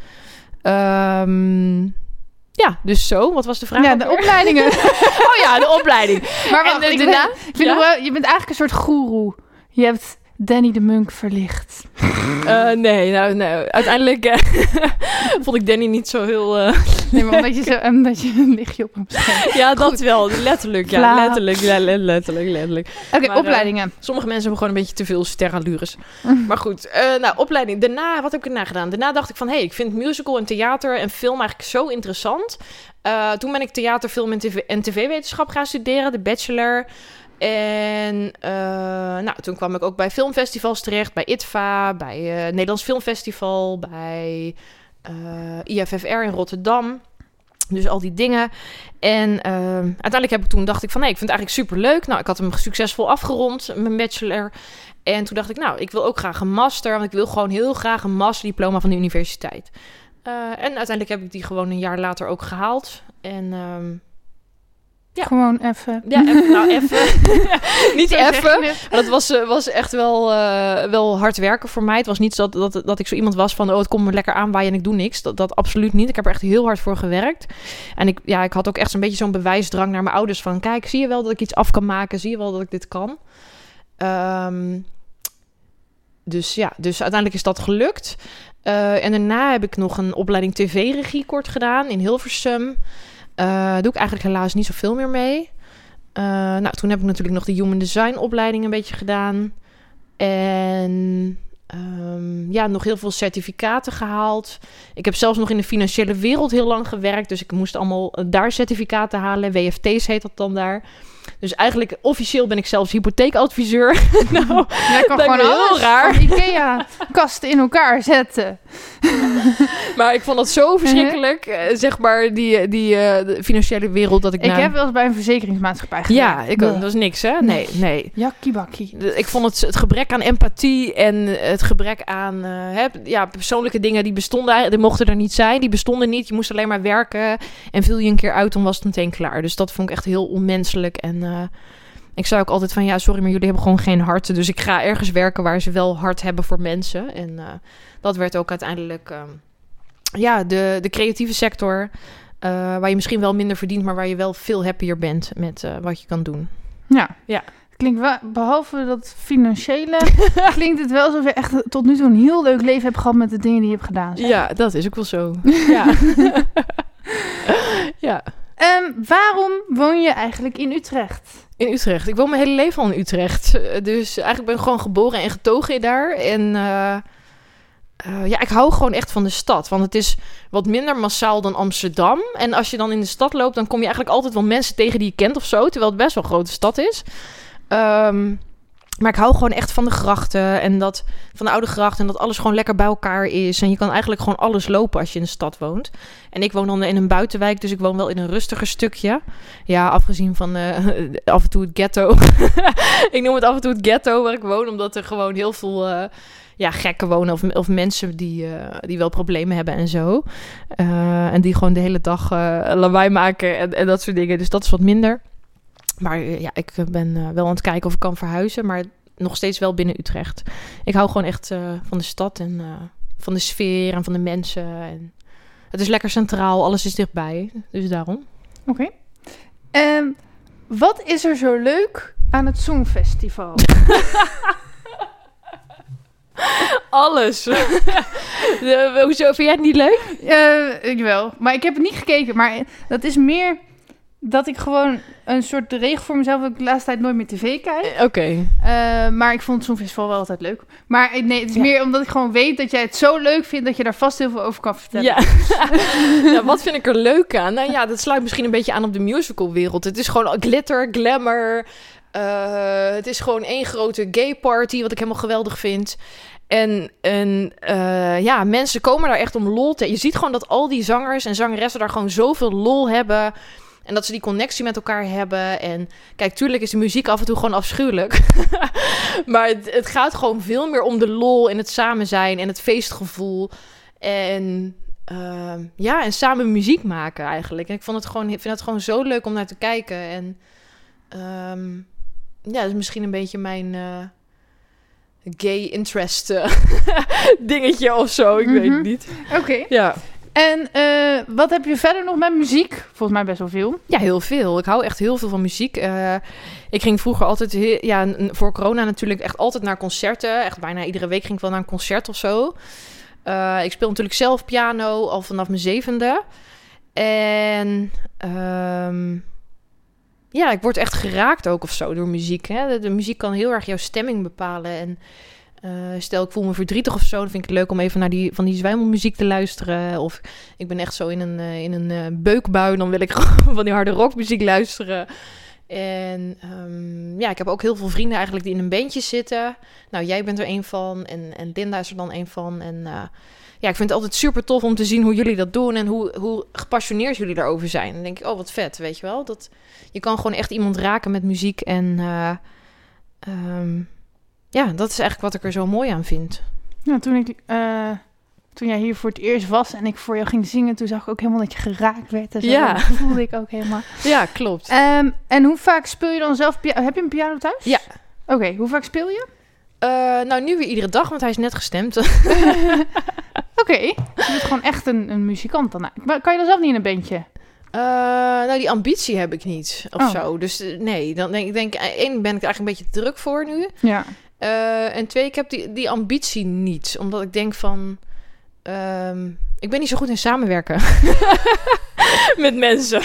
Dus zo. Wat was de vraag? Ja, de opleidingen. Oh ja, de opleiding. Maar wacht, je bent eigenlijk een soort goeroe. Je hebt Danny de Munk verlicht. Nee. Uiteindelijk vond ik Danny niet zo heel... Nee, maar omdat je een lichtje op hem schijnt. Ja, dat wel. Letterlijk. Ja, letterlijk. Oké, opleidingen. Sommige mensen hebben gewoon een beetje te veel sterallures. Maar goed, opleiding. Daarna, wat heb ik erna gedaan? Daarna dacht ik van, ik vind musical en theater en film eigenlijk zo interessant. Toen ben ik theater, film en tv-wetenschap gaan studeren, de bachelor. En toen kwam ik ook bij filmfestivals terecht, bij ITVA, bij Nederlands Filmfestival, bij IFFR in Rotterdam. Dus al die dingen. En uiteindelijk dacht ik van, ik vind het eigenlijk superleuk. Nou, ik had hem succesvol afgerond, mijn bachelor. En toen dacht ik, ik wil ook graag een master, want ik wil gewoon heel graag een masterdiploma van de universiteit. En uiteindelijk heb ik die gewoon een jaar later ook gehaald. En... ja. Gewoon even. Ja, even. Niet even. Maar dat was echt wel hard werken voor mij. Het was niet zo dat ik zo iemand was van... het komt me lekker aanwaaien en ik doe niks. Dat absoluut niet. Ik heb er echt heel hard voor gewerkt. En ik had ook echt zo'n beetje zo'n bewijsdrang naar mijn ouders. Van kijk, zie je wel dat ik iets af kan maken? Zie je wel dat ik dit kan? Dus uiteindelijk is dat gelukt. En daarna heb ik nog een opleiding tv-regie kort gedaan in Hilversum. Doe ik eigenlijk helaas niet zoveel meer mee. Toen heb ik natuurlijk nog de Human Design opleiding een beetje gedaan. En nog heel veel certificaten gehaald. Ik heb zelfs nog in de financiële wereld heel lang gewerkt. Dus ik moest allemaal daar certificaten halen. WFT's heet dat dan daar. Dus eigenlijk officieel ben ik zelfs hypotheekadviseur. Nou, jij kan gewoon heel raar IKEA-kasten in elkaar zetten. Maar ik vond dat zo verschrikkelijk, zeg maar, de financiële wereld dat ik... Ik heb wel eens bij een verzekeringsmaatschappij gewerkt. Ja, ik ook. Dat is niks, hè? Nee. Jakkibakkie. Ik vond het gebrek aan empathie en het gebrek aan persoonlijke dingen die bestonden, die mochten er niet zijn. Die bestonden niet. Je moest alleen maar werken en viel je een keer uit, dan was het meteen klaar. Dus dat vond ik echt heel onmenselijk. En ik zei ook altijd van, sorry, maar jullie hebben gewoon geen hart. Dus ik ga ergens werken waar ze wel hart hebben voor mensen. En dat werd ook uiteindelijk de creatieve sector. Waar je misschien wel minder verdient, maar waar je wel veel happier bent met wat je kan doen. Ja. Klinkt wel, behalve dat financiële, klinkt het wel alsof je echt tot nu toe een heel leuk leven hebt gehad met de dingen die je hebt gedaan. Zeg. Ja, dat is ook wel zo. Ja. Ja. Waarom woon je eigenlijk in Utrecht? In Utrecht. Ik woon mijn hele leven al in Utrecht. Dus eigenlijk ben ik gewoon geboren en getogen daar. En ik hou gewoon echt van de stad. Want het is wat minder massaal dan Amsterdam. En als je dan in de stad loopt, dan kom je eigenlijk altijd wel mensen tegen die je kent of zo. Terwijl het best wel een grote stad is. Maar ik hou gewoon echt van de grachten en van de oude gracht en dat alles gewoon lekker bij elkaar is. En je kan eigenlijk gewoon alles lopen als je in de stad woont. En ik woon dan in een buitenwijk, dus ik woon wel in een rustiger stukje. Ja, afgezien van af en toe het ghetto. Ik noem het af en toe het ghetto waar ik woon, omdat er gewoon heel veel gekken wonen of mensen die wel problemen hebben en zo. En die gewoon de hele dag lawaai maken en dat soort dingen. Dus dat is wat minder. Maar ik ben wel aan het kijken of ik kan verhuizen, maar nog steeds wel binnen Utrecht. Ik hou gewoon echt van de stad en van de sfeer en van de mensen. En het is lekker centraal, alles is dichtbij, dus daarom. Oké. Wat is er zo leuk aan het Songfestival? Alles. Hoezo, vind jij het niet leuk? Ik wel, maar ik heb het niet gekeken. Maar dat is meer dat ik gewoon een soort regel voor mezelf... dat ik de laatste tijd nooit meer tv kijk. Oké. Maar ik vond het Songfestival wel altijd leuk. Maar nee, het is meer omdat ik gewoon weet dat jij het zo leuk vindt... dat je daar vast heel veel over kan vertellen. Ja. Nou, wat vind ik er leuk aan? Nou ja, dat sluit misschien een beetje aan op de musicalwereld. Het is gewoon glitter, glamour... het is gewoon één grote gay party, wat ik helemaal geweldig vind. En mensen komen daar echt om lol te... Je ziet gewoon dat al die zangers en zangeressen daar gewoon zoveel lol hebben... En dat ze die connectie met elkaar hebben. En kijk, tuurlijk is de muziek af en toe gewoon afschuwelijk. Maar het gaat gewoon veel meer om de lol en het samen zijn en het feestgevoel. En en samen muziek maken eigenlijk. En ik vind het gewoon zo leuk om naar te kijken. En dat is misschien een beetje mijn gay interest dingetje of zo. Ik weet het niet. Oké. Ja. En wat heb je verder nog met muziek? Volgens mij best wel veel. Ja, heel veel. Ik hou echt heel veel van muziek. Ik ging vroeger altijd, voor corona natuurlijk, echt altijd naar concerten. Echt bijna iedere week ging ik wel naar een concert of zo. Ik speel natuurlijk zelf piano al vanaf mijn 7e. En ik word echt geraakt ook of zo door muziek. Hè? De muziek kan heel erg jouw stemming bepalen. En stel, ik voel me verdrietig of zo, dan vind ik het leuk om even naar van die zwijmelmuziek te luisteren. Of ik ben echt zo in een beukbui, dan wil ik gewoon van die harde rockmuziek luisteren. En ik heb ook heel veel vrienden eigenlijk die in een bandje zitten. Nou, jij bent er een van en Linda is er dan een van. En ik vind het altijd super tof om te zien hoe jullie dat doen en hoe gepassioneerd jullie daarover zijn. Dan denk ik, oh, wat vet, weet je wel. Je kan gewoon echt iemand raken met muziek en... dat is eigenlijk wat ik er zo mooi aan vind. Nou, toen jij hier voor het eerst was en ik voor jou ging zingen, toen zag ik ook helemaal dat je geraakt werd. En zo. Ja. Dat voelde ik ook helemaal. Ja, klopt. En hoe vaak speel je dan zelf piano? Heb je een piano thuis? Ja. Oké, hoe vaak speel je? Nu weer iedere dag, want hij is net gestemd. Oké, je bent gewoon echt een muzikant dan. Maar kan je dan zelf niet in een bandje? Die ambitie heb ik niet of zo. Dus nee, dan denk ik, 1 ben ik er eigenlijk een beetje te druk voor nu. Ja. En 2, ik heb die ambitie niet. Omdat ik denk van... ik ben niet zo goed in samenwerken. Met mensen.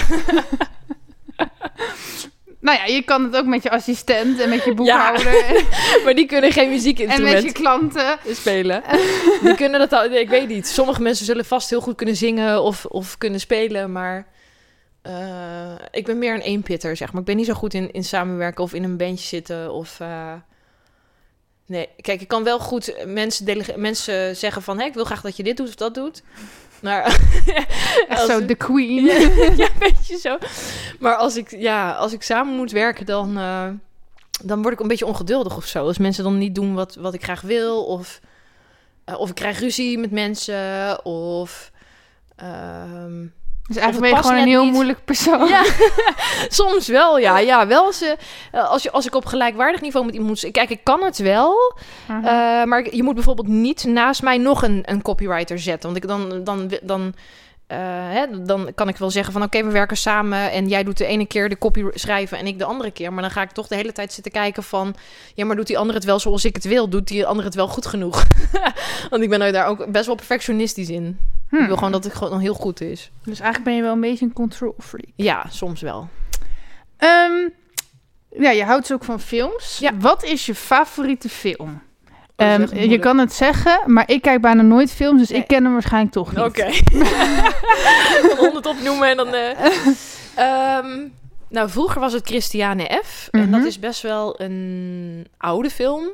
Nou ja, je kan het ook met je assistent en met je boekhouder. Ja, maar die kunnen geen muziekinstrument en met je klanten spelen. Die kunnen dat al... Nee, ik weet niet. Sommige mensen zullen vast heel goed kunnen zingen of kunnen spelen, maar... ik ben meer een eenpitter, zeg maar. Ik ben niet zo goed in samenwerken of in een bandje zitten of... Nee, kijk, ik kan wel goed mensen zeggen van... ik wil graag dat je dit doet of dat doet. Maar echt zo, de queen. Ja, weet je zo. Maar als ik samen moet werken, dan word ik een beetje ongeduldig of zo. Als mensen dan niet doen wat ik graag wil. Of ik krijg ruzie met mensen. Of... Dus eigenlijk ben je gewoon een heel moeilijk persoon. Ja, soms wel, ja. Ja, wel als ik op gelijkwaardig niveau met iemand... Kijk, ik kan het wel. Maar je moet bijvoorbeeld niet naast mij nog een copywriter zetten. Want dan kan ik wel zeggen van... Oké, we werken samen en jij doet de ene keer de copy schrijven en ik de andere keer. Maar dan ga ik toch de hele tijd zitten kijken van... Ja, maar doet die ander het wel zoals ik het wil? Doet die ander het wel goed genoeg? Want ik ben daar ook best wel perfectionistisch in. Ik wil gewoon dat het gewoon heel goed is. Dus eigenlijk ben je wel een beetje een control freak. Ja, soms wel. Je houdt ook van films. Ja. Wat is je favoriete film? Je kan het zeggen, maar ik kijk bijna nooit films, dus ik ken hem waarschijnlijk toch niet. Oké. Ik kan 100 opnoemen en dan... Nou, vroeger was het Christiane F. En dat is best wel een oude film.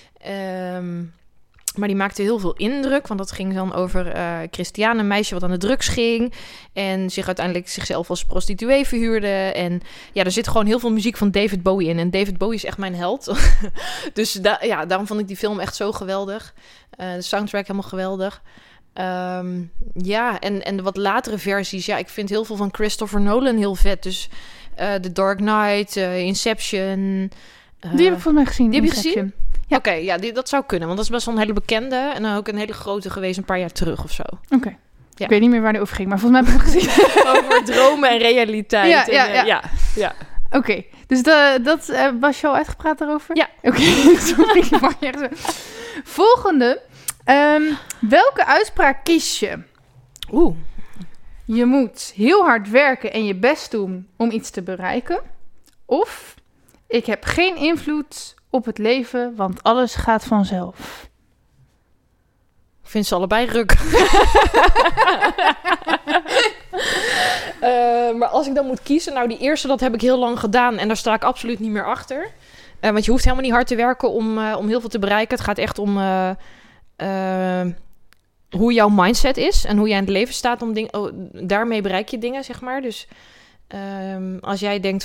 Maar die maakte heel veel indruk. Want dat ging dan over Christiane, een meisje wat aan de drugs ging. En zich uiteindelijk zichzelf als prostituee verhuurde. En ja, er zit gewoon heel veel muziek van David Bowie in. En David Bowie is echt mijn held. Dus daarom vond ik die film echt zo geweldig. De soundtrack helemaal geweldig. En de wat latere versies. Ja, ik vind heel veel van Christopher Nolan heel vet. Dus The Dark Knight, Inception. Die heb ik volgens mij gezien. Die heb je gezien? Ja. Oké, dat zou kunnen. Want dat is best wel een hele bekende. En dan ook een hele grote geweest een paar jaar terug of zo. Oké. Ja. Ik weet niet meer waar die over ging, maar volgens mij heb ik hem gezien. Over dromen en realiteit. Ja. Oké, dus dat was je al uitgepraat daarover? Ja. Oké, sorry. Volgende. Welke uitspraak kies je? Je moet heel hard werken en je best doen om iets te bereiken. Of ik heb geen invloed op het leven, want alles gaat vanzelf. Ik vind ze allebei ruk. Maar als ik dan moet kiezen... Nou, die eerste, dat heb ik heel lang gedaan. En daar sta ik absoluut niet meer achter. Want je hoeft helemaal niet hard te werken om heel veel te bereiken. Het gaat echt om hoe jouw mindset is. En hoe jij in het leven staat. Daarmee bereik je dingen, zeg maar. Dus als jij denkt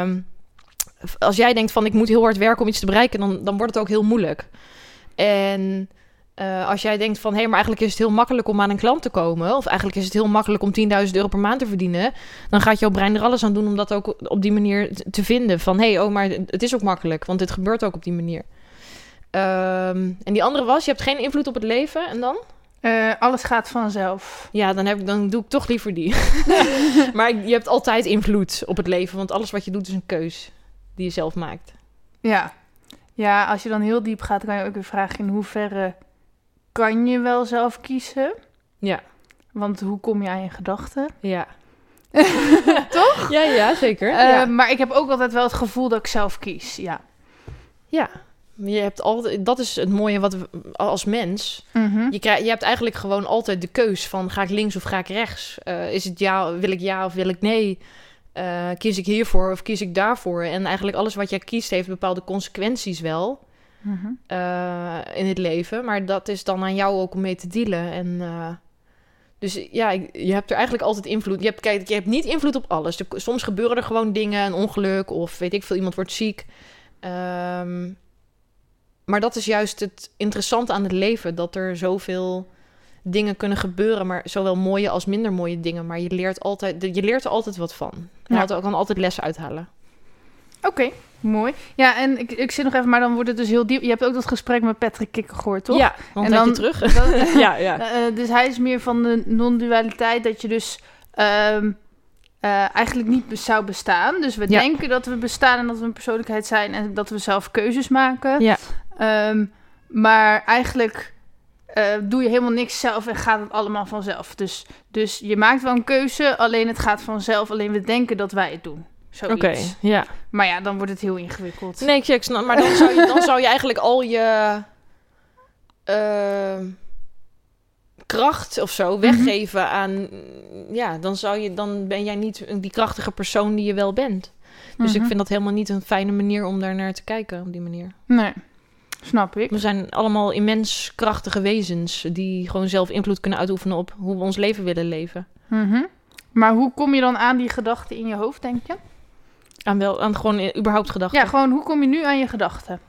van... ik moet heel hard werken om iets te bereiken... dan wordt het ook heel moeilijk. En... als jij denkt van, maar eigenlijk is het heel makkelijk om aan een klant te komen... of eigenlijk is het heel makkelijk om €10.000 per maand te verdienen... dan gaat jouw brein er alles aan doen om dat ook op die manier te vinden. Van, maar het is ook makkelijk, want dit gebeurt ook op die manier. En die andere was, je hebt geen invloed op het leven, en dan? Alles gaat vanzelf. Ja, dan doe ik toch liever die. Maar je hebt altijd invloed op het leven, want alles wat je doet is een keus die je zelf maakt. Ja, als je dan heel diep gaat, kan je ook weer vragen in hoeverre... kan je wel zelf kiezen? Ja. Want hoe kom je aan je gedachten? Ja. Toch? Ja, zeker. Maar ik heb ook altijd wel het gevoel dat ik zelf kies, ja. Ja, je hebt altijd, dat is het mooie wat als mens. Mm-hmm. Je hebt eigenlijk gewoon altijd de keus van ga ik links of ga ik rechts? Is het wil ik ja of wil ik nee? Kies ik hiervoor of kies ik daarvoor? En eigenlijk alles wat jij kiest heeft bepaalde consequenties wel... Mm-hmm. In het leven. Maar dat is dan aan jou ook om mee te dealen. En, dus ja, je hebt er eigenlijk altijd invloed. Je hebt niet invloed op alles. Soms gebeuren er gewoon dingen, een ongeluk... of weet ik veel, iemand wordt ziek. Maar dat is juist het interessante aan het leven... dat er zoveel dingen kunnen gebeuren... maar zowel mooie als minder mooie dingen. Maar je leert er altijd wat van. Je kan altijd lessen uithalen. Oké. Mooi. Ja, en ik zit nog even, maar dan wordt het dus heel diep. Je hebt ook dat gesprek met Patrick Kikkergoort, toch? Ja, want en dan je terug. Dus hij is meer van de non-dualiteit, dat je dus eigenlijk niet zou bestaan. Dus we denken dat we bestaan en dat we een persoonlijkheid zijn en dat we zelf keuzes maken. Ja. Maar eigenlijk doe je helemaal niks zelf en gaat het allemaal vanzelf. Dus je maakt wel een keuze, alleen het gaat vanzelf. Alleen we denken dat wij het doen. Oké, ja. Maar ja, dan wordt het heel ingewikkeld. Nee, ik snap. Maar dan zou je eigenlijk al je kracht of zo weggeven aan... Ja, dan ben jij niet die krachtige persoon die je wel bent. Dus ik vind dat helemaal niet een fijne manier om daar naar te kijken op die manier. Nee, snap ik. We zijn allemaal immens krachtige wezens die gewoon zelf invloed kunnen uitoefenen op hoe we ons leven willen leven. Mm-hmm. Maar hoe kom je dan aan die gedachten in je hoofd, denk je? Aan gewoon überhaupt gedachten? Ja, gewoon hoe kom je nu aan je gedachten?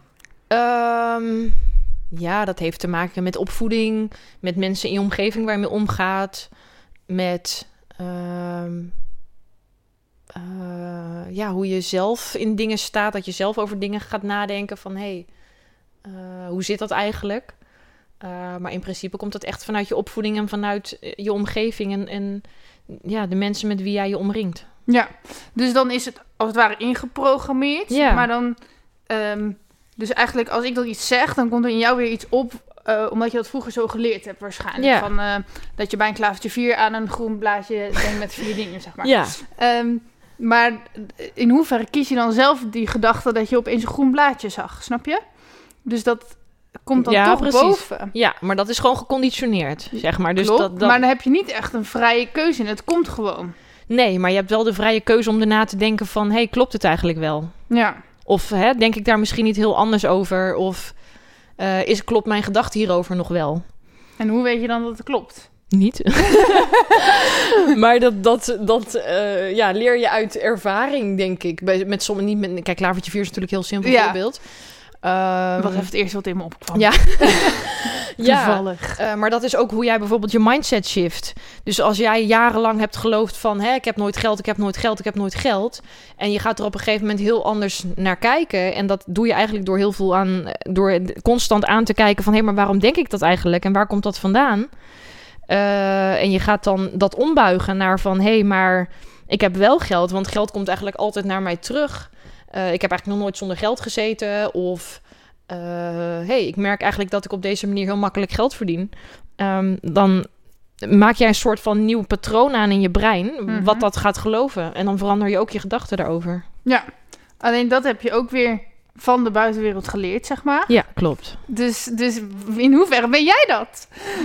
Ja, dat heeft te maken met opvoeding, met mensen in je omgeving waar je mee omgaat, met hoe je zelf in dingen staat, dat je zelf over dingen gaat nadenken van hoe zit dat eigenlijk? Maar in principe komt dat echt vanuit je opvoeding en vanuit je omgeving en de mensen met wie jij je omringt. Ja, dus dan is het als het ware ingeprogrammeerd. Ja. Maar dan, dus eigenlijk als ik dan iets zeg, dan komt er in jou weer iets op, omdat je dat vroeger zo geleerd hebt waarschijnlijk. Ja. Van, dat je bij een klavertje 4 aan een groen blaadje denkt met 4 dingen, zeg maar. Ja. Maar in hoeverre kies je dan zelf die gedachte dat je opeens een groen blaadje zag, snap je? Dus dat komt dan toch precies. boven. Ja, maar dat is gewoon geconditioneerd, zeg maar. Dus Klopt, maar dan heb je niet echt een vrije keuze in. Het komt gewoon. Nee, maar je hebt wel de vrije keuze om erna te denken van... hey, klopt het eigenlijk wel? Ja. Of denk ik daar misschien niet heel anders over? Of klopt mijn gedachte hierover nog wel? En hoe weet je dan dat het klopt? Niet. Maar dat leer je uit ervaring, denk ik. Met sommige niet met. Kijk, Klavertje 4 is natuurlijk een heel simpel voorbeeld. Wat even het eerste wat in me opkwam. Ja. Toevallig. Maar dat is ook hoe jij bijvoorbeeld je mindset shift. Dus als jij jarenlang hebt geloofd van... ik heb nooit geld, ik heb nooit geld, ik heb nooit geld... en je gaat er op een gegeven moment heel anders naar kijken... en dat doe je eigenlijk door heel veel door constant aan te kijken van... maar waarom denk ik dat eigenlijk en waar komt dat vandaan? En je gaat dan dat ombuigen naar van... maar ik heb wel geld, want geld komt eigenlijk altijd naar mij terug. Ik heb eigenlijk nog nooit zonder geld gezeten. Of ik merk eigenlijk dat ik op deze manier heel makkelijk geld verdien. Dan maak jij een soort van nieuw patroon aan in je brein... wat dat gaat geloven. En dan verander je ook je gedachten daarover. Ja, alleen dat heb je ook weer van de buitenwereld geleerd, zeg maar. Ja, klopt. Dus in hoeverre ben jij dat?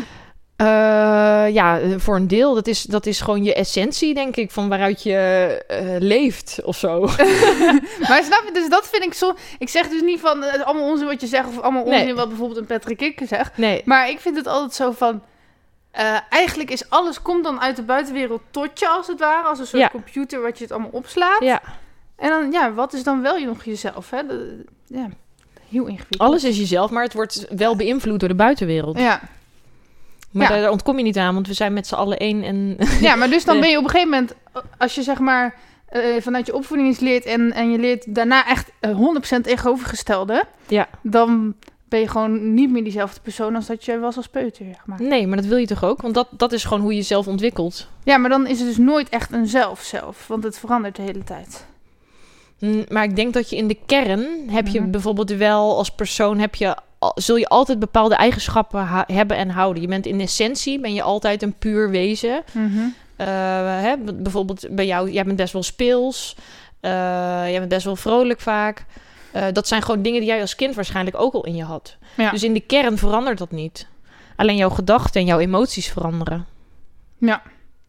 Voor een deel. Dat is gewoon je essentie, denk ik, van waaruit je leeft of zo. Maar snap je, dus dat vind ik zo... Ik zeg dus niet van allemaal onzin wat je zegt... of allemaal onzin wat bijvoorbeeld een Patrick Kikker zegt. Nee. Maar ik vind het altijd zo van... eigenlijk is alles... komt dan uit de buitenwereld tot je, als het ware. Als een soort computer wat je het allemaal opslaat. Ja. En dan, wat is dan wel nog jezelf, hè? Heel ingewikkeld. Alles is jezelf, maar het wordt wel beïnvloed door de buitenwereld. Ja. Maar daar ontkom je niet aan, want we zijn met z'n allen één. En ja, maar dus dan ben je op een gegeven moment... als je zeg maar vanuit je opvoeding iets leert... en je leert daarna echt 100% tegenovergestelde... dan ben je gewoon niet meer diezelfde persoon... als dat je was als peuter, zeg maar. Nee, maar dat wil je toch ook? Want dat is gewoon hoe je jezelf ontwikkelt. Ja, maar dan is het dus nooit echt een zelf. Want het verandert de hele tijd. Maar ik denk dat je in de kern... heb je bijvoorbeeld wel als persoon... zul je altijd bepaalde eigenschappen hebben en houden. Je bent in essentie, ben je altijd een puur wezen. Bijvoorbeeld bij jou, jij bent best wel speels. Jij bent best wel vrolijk vaak. Dat zijn gewoon dingen die jij als kind waarschijnlijk ook al in je had. Ja. Dus in de kern verandert dat niet. Alleen jouw gedachten en jouw emoties veranderen. Ja.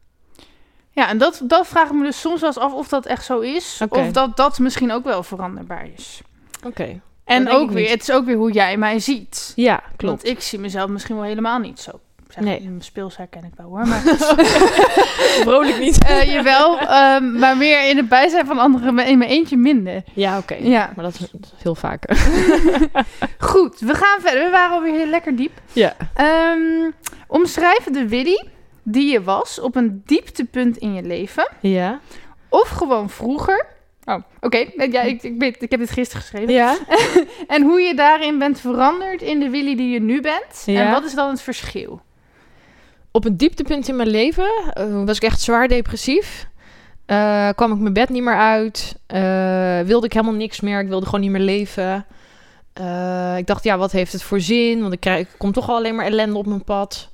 Ja, en dat vraag ik me dus soms wel eens af of dat echt zo is. Okay. Of dat misschien ook wel veranderbaar is. Oké. En ook weer, het is ook weer hoe jij mij ziet. Ja, klopt. Want ik zie mezelf misschien wel helemaal niet zo. Nee. In mijn speels herken ik wel hoor. Maar vrolijk niet. Jawel, maar meer in het bijzijn van anderen in mijn eentje minder. Ja, oké. Ja. Maar dat is heel vaker. Goed, we gaan verder. We waren alweer heel lekker diep. Ja. Omschrijf de Willy die je was op een dieptepunt in je leven. Ja. Of gewoon vroeger. Oh, oké. Ja, ik heb dit gisteren geschreven. Ja. En hoe je daarin bent veranderd in de Willy die je nu bent. Ja. En wat is dan het verschil? Op een dieptepunt in mijn leven was ik echt zwaar depressief. Kwam ik mijn bed niet meer uit. Wilde ik helemaal niks meer. Ik wilde gewoon niet meer leven. Ik dacht, wat heeft het voor zin? Want ik kom toch al alleen maar ellende op mijn pad.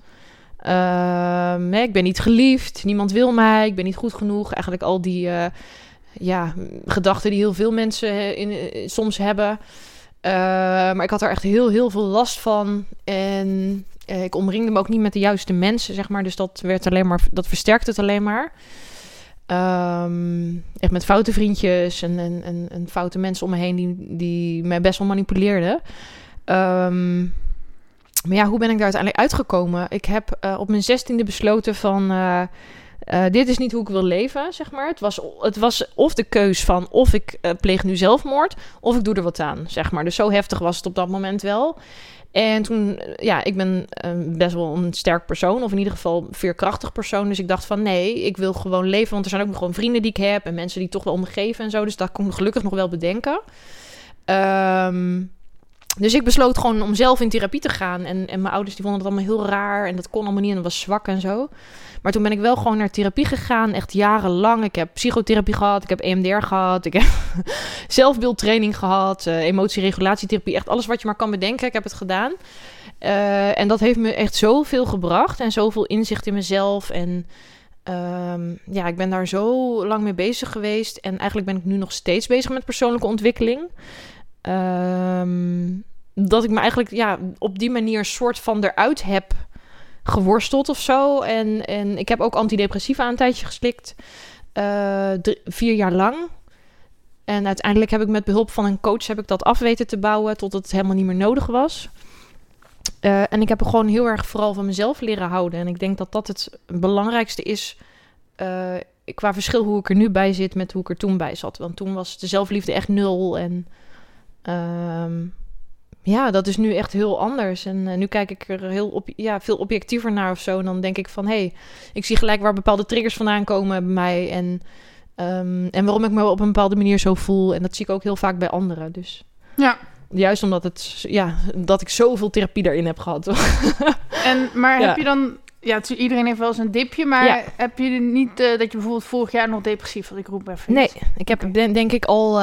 Ik ben niet geliefd. Niemand wil mij. Ik ben niet goed genoeg. Eigenlijk al die... gedachten die heel veel mensen soms hebben. Maar ik had er echt heel, heel veel last van. En ik omringde me ook niet met de juiste mensen, zeg maar. Dus dat versterkte het alleen maar. Echt met foute vriendjes en foute mensen om me heen die mij best wel manipuleerden. Maar hoe ben ik daar uiteindelijk uitgekomen? Ik heb op mijn 16e besloten van... dit is niet hoe ik wil leven, zeg maar. Het was of de keus van... of ik pleeg nu zelfmoord... of ik doe er wat aan, zeg maar. Dus zo heftig was het op dat moment wel. En toen... ik ben best wel een sterk persoon... of in ieder geval een veerkrachtig persoon. Dus ik dacht van nee, ik wil gewoon leven... want er zijn ook nog gewoon vrienden die ik heb... en mensen die toch wel om me geven en zo. Dus dat kon ik gelukkig nog wel bedenken. Dus ik besloot gewoon om zelf in therapie te gaan. En mijn ouders die vonden het allemaal heel raar... en dat kon allemaal niet en dat was zwak en zo... Maar toen ben ik wel gewoon naar therapie gegaan, echt jarenlang. Ik heb psychotherapie gehad, ik heb EMDR gehad, ik heb zelfbeeldtraining gehad, emotieregulatietherapie, echt alles wat je maar kan bedenken, ik heb het gedaan. En dat heeft me echt zoveel gebracht en zoveel inzicht in mezelf. En ik ben daar zo lang mee bezig geweest. En eigenlijk ben ik nu nog steeds bezig met persoonlijke ontwikkeling. Dat ik me eigenlijk op die manier soort van eruit heb geworsteld of zo. En ik heb ook antidepressiva een tijdje geslikt. 4 jaar lang. En uiteindelijk heb ik met behulp van een coach dat af weten te bouwen tot het helemaal niet meer nodig was. En ik heb er gewoon heel erg vooral van mezelf leren houden. En ik denk dat dat het belangrijkste is qua verschil hoe ik er nu bij zit met hoe ik er toen bij zat. Want toen was de zelfliefde echt 0 en dat is nu echt heel anders. En nu kijk ik er veel objectiever naar of zo. En dan denk ik van, ik zie gelijk waar bepaalde triggers vandaan komen bij mij. En waarom ik me op een bepaalde manier zo voel. En dat zie ik ook heel vaak bij anderen. Dus ja. Juist omdat dat ik zoveel therapie daarin heb gehad. Maar heb je dan... Ja, iedereen heeft wel eens een dipje, maar heb je niet dat je bijvoorbeeld vorig jaar nog depressief was? Ik roep even. Nee, ik heb denk ik al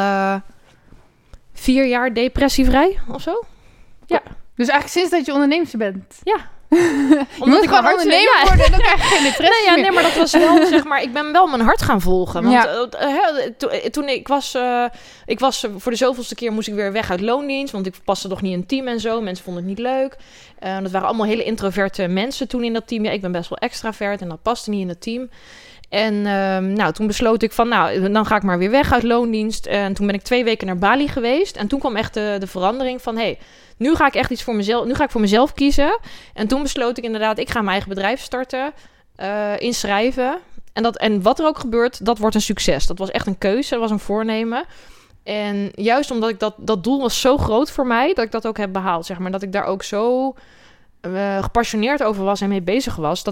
4 jaar depressievrij of zo. Ja. Dus eigenlijk sinds dat je onderneemster bent? Ja. Omdat ik gewoon ondernemer worden en dan krijg je geen depressie meer. Nee, maar dat was wel, zeg maar, ik ben wel mijn hart gaan volgen. Want toen ik was voor de zoveelste keer moest ik weer weg uit loondienst, want ik paste toch niet in een team en zo. Mensen vonden het niet leuk. Dat waren allemaal hele introverte mensen toen in dat team. Ja, ik ben best wel extravert en dat paste niet in het team. En toen besloot ik van, dan ga ik maar weer weg uit loondienst. En toen ben ik 2 weken naar Bali geweest. En toen kwam echt de verandering van, nu ga ik echt iets voor mezelf. Nu ga ik voor mezelf kiezen. En toen besloot ik inderdaad, ik ga mijn eigen bedrijf starten. Inschrijven. En wat er ook gebeurt, dat wordt een succes. Dat was echt een keuze, dat was een voornemen. En juist omdat ik dat doel was zo groot voor mij, dat ik dat ook heb behaald, zeg maar. Dat ik daar ook zo gepassioneerd over was en mee bezig was.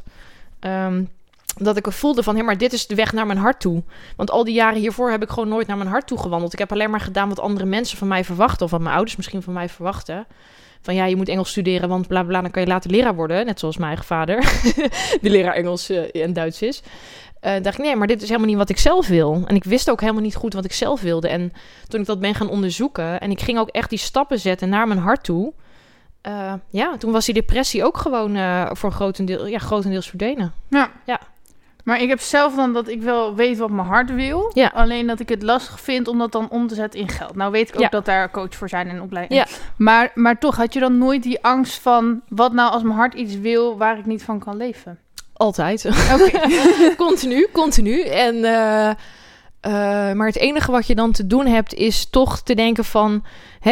Dat ik voelde van, maar dit is de weg naar mijn hart toe. Want al die jaren hiervoor heb ik gewoon nooit naar mijn hart toe gewandeld. Ik heb alleen maar gedaan wat andere mensen van mij verwachten. Of wat mijn ouders misschien van mij verwachten. Van je moet Engels studeren, want bla bla, dan kan je later leraar worden. Net zoals mijn eigen vader, die leraar Engels en Duits is. Dacht ik, nee, maar dit is helemaal niet wat ik zelf wil. En ik wist ook helemaal niet goed wat ik zelf wilde. En toen ik dat ben gaan onderzoeken en ik ging ook echt die stappen zetten naar mijn hart toe. Toen was die depressie ook gewoon voor grotendeels verdwenen. Ja. Maar ik heb zelf dan dat ik wel weet wat mijn hart wil. Ja. Alleen dat ik het lastig vind om dat dan om te zetten in geld. Nou weet ik ook dat daar coach voor zijn en opleiding. Ja. Maar toch, had je dan nooit die angst van, wat nou als mijn hart iets wil waar ik niet van kan leven? Altijd. Oké. Continu. En, maar het enige wat je dan te doen hebt is toch te denken van,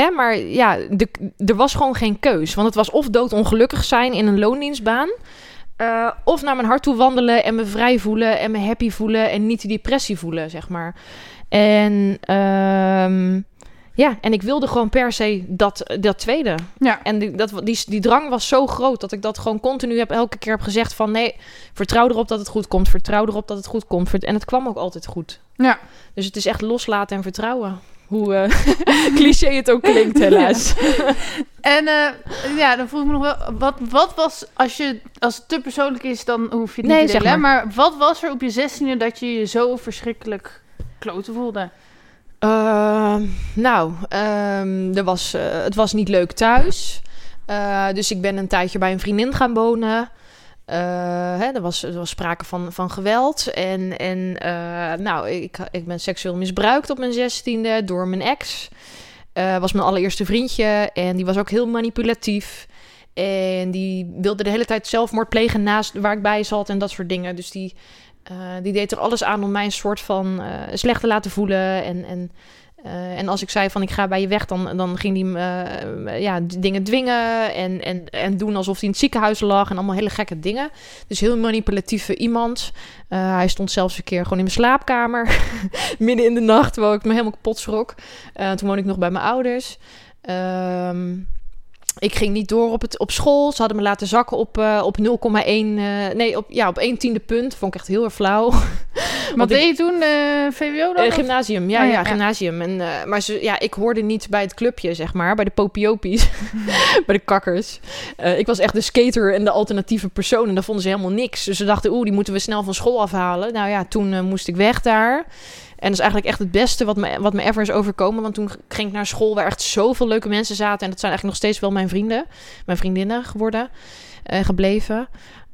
er was gewoon geen keus. Want het was of doodongelukkig zijn in een loondienstbaan, of naar mijn hart toe wandelen en me vrij voelen en me happy voelen en niet die depressie voelen, zeg maar. En en ik wilde gewoon per se dat tweede. Ja. En die drang was zo groot dat ik dat gewoon continu elke keer heb gezegd van, nee, vertrouw erop dat het goed komt. Vertrouw erop dat het goed komt. En het kwam ook altijd goed. Ja. Dus het is echt loslaten en vertrouwen. Hoe cliché het ook klinkt, helaas. En dan vroeg ik me nog wel, wat was, als het te persoonlijk is, dan hoef je het niet te delen. Maar wat was er op je 16e dat je je zo verschrikkelijk kloten voelde? Het was niet leuk thuis. Dus ik ben een tijdje bij een vriendin gaan wonen. Er was sprake van geweld. Ik ben seksueel misbruikt op mijn 16e door mijn ex. Was mijn allereerste vriendje. En die was ook heel manipulatief. En die wilde de hele tijd zelfmoord plegen naast waar ik bij zat en dat soort dingen. Dus die deed er alles aan om mij een soort van slecht te laten voelen. En als ik zei van ik ga bij je weg, dan ging hij dingen dwingen en doen alsof hij in het ziekenhuis lag en allemaal hele gekke dingen. Dus heel manipulatieve iemand. Hij stond zelfs een keer gewoon in mijn slaapkamer midden in de nacht, waar ik me helemaal kapot schrok. Toen woonde ik nog bij mijn ouders. Ik ging niet door op school. Ze hadden me laten zakken op 0,1... op 1/10 punt. Vond ik echt heel erg flauw. Wat deed je toen? VWO dan? Gymnasium. Gymnasium. Maar ik hoorde niet bij het clubje, zeg maar. Bij de popiopies. Bij de kakkers. Ik was echt de skater en de alternatieve persoon. En daar vonden ze helemaal niks. Dus ze dachten, die moeten we snel van school afhalen. Nou ja, toen moest ik weg daar. En dat is eigenlijk echt het beste wat me ever is overkomen. Want toen ging ik naar school waar echt zoveel leuke mensen zaten. En dat zijn eigenlijk nog steeds wel mijn vriendinnen geworden. Gebleven.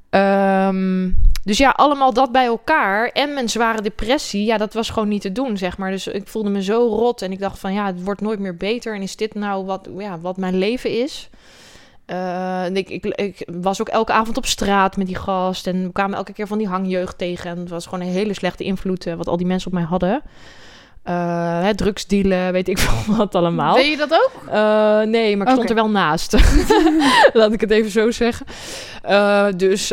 Dus allemaal dat bij elkaar. En mijn zware depressie. Dat was gewoon niet te doen, zeg maar. Dus ik voelde me zo rot. En ik dacht van, het wordt nooit meer beter. En is dit nou wat mijn leven is? Ik was ook elke avond op straat met die gast. En we kwamen elke keer van die hangjeugd tegen. En het was gewoon een hele slechte invloed wat al die mensen op mij hadden. Drugsdealen, weet ik veel wat allemaal. Deed je dat ook? Nee, maar ik stond er wel naast. Laat ik het even zo zeggen. Dus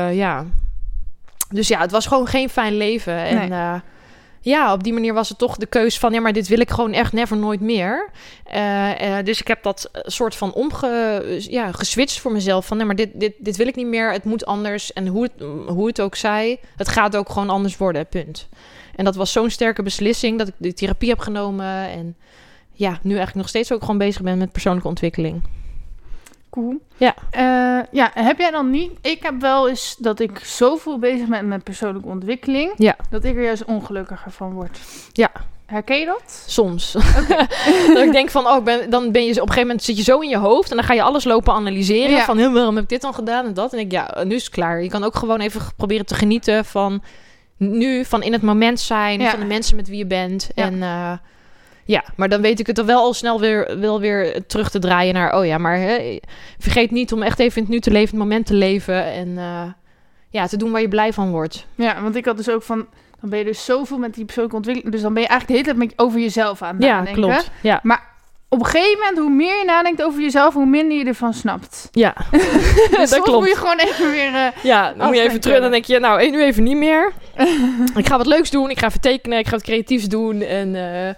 ja, het was gewoon geen fijn leven. En op die manier was het toch de keus van... ja, maar dit wil ik gewoon echt never nooit meer. Dus ik heb dat soort van geswitcht voor mezelf. Van nee, maar dit wil ik niet meer. Het moet anders. En hoe het ook zij, het gaat ook gewoon anders worden, punt. En dat was zo'n sterke beslissing dat ik de therapie heb genomen. En ja, nu eigenlijk nog steeds ook gewoon bezig ben met persoonlijke ontwikkeling. Cool. Ja. Heb jij dan niet... Ik heb wel eens dat ik zoveel bezig ben met persoonlijke ontwikkeling... Ja. dat ik er juist ongelukkiger van word. Ja. Herken je dat? Soms. Okay. Dat ik denk van, dan ben je op een gegeven moment zit je zo in je hoofd... en dan ga je alles lopen analyseren. Ja. Van, waarom heb ik dit dan gedaan en dat? En ik nu is het klaar. Je kan ook gewoon even proberen te genieten van... nu, van in het moment zijn... van de mensen met wie je bent. Ja. En... maar dan weet ik het er wel al snel weer terug te draaien naar... maar vergeet niet om echt even in het nu te leven, het moment te leven... en te doen waar je blij van wordt. Ja, want ik had dus ook van... dan ben je dus zoveel met die persoonlijke ontwikkeling... dus dan ben je eigenlijk de hele tijd over jezelf aan het nadenken. Klopt. Ja, maar op een gegeven moment, hoe meer je nadenkt over jezelf... hoe minder je ervan snapt. Ja, dat klopt. Moet je gewoon even weer... dan moet je even terug en dan denk je... nu even niet meer. Ik ga wat leuks doen, ik ga even tekenen, ik ga wat creatiefs doen... en...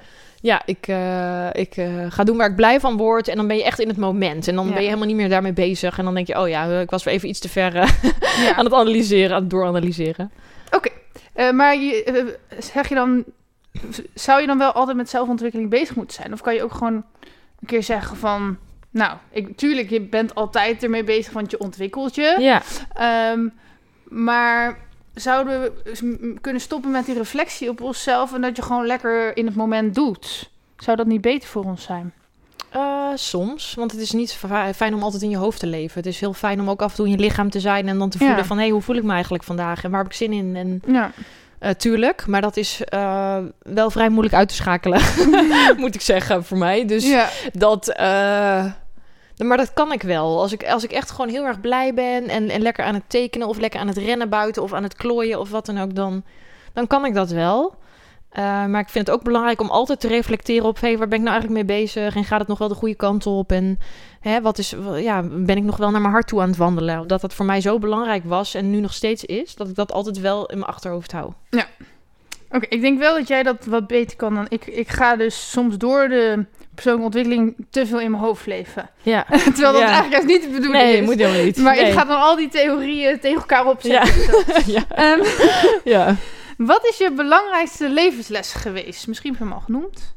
ik ga doen waar ik blij van word. En dan ben je echt in het moment. En dan ben je helemaal niet meer daarmee bezig. En dan denk je, ik was weer even iets te ver aan het analyseren, aan het dooranalyseren. Oké, maar zeg je dan... zou je dan wel altijd met zelfontwikkeling bezig moeten zijn? Of kan je ook gewoon een keer zeggen van... tuurlijk, je bent altijd ermee bezig, want je ontwikkelt je. Ja. Maar... zouden we kunnen stoppen met die reflectie op onszelf... en dat je gewoon lekker in het moment doet? Zou dat niet beter voor ons zijn? Soms, want het is niet fijn om altijd in je hoofd te leven. Het is heel fijn om ook af en toe in je lichaam te zijn... en dan te voelen van, hoe voel ik me eigenlijk vandaag? En waar heb ik zin in? En tuurlijk, maar dat is wel vrij moeilijk uit te schakelen... moet ik zeggen, voor mij. Dus dat... maar dat kan ik wel. Als ik echt gewoon heel erg blij ben... en lekker aan het tekenen... of lekker aan het rennen buiten... of aan het klooien of wat dan ook... dan kan ik dat wel. Maar ik vind het ook belangrijk om altijd te reflecteren op... waar ben ik nou eigenlijk mee bezig? En gaat het nog wel de goede kant op? En ben ik nog wel naar mijn hart toe aan het wandelen? Omdat dat voor mij zo belangrijk was... en nu nog steeds is... dat ik dat altijd wel in mijn achterhoofd hou. Ja. Oké, ik denk wel dat jij dat wat beter kan dan ik. Ik ga dus soms door de persoonlijke ontwikkeling te veel in mijn hoofd leven. Ja. Terwijl dat eigenlijk niet de bedoeling is. Nee, moet helemaal niet. Maar ik ga dan al die theorieën tegen elkaar opzetten. Ja. Wat is je belangrijkste levensles geweest? Misschien heb je hem al genoemd.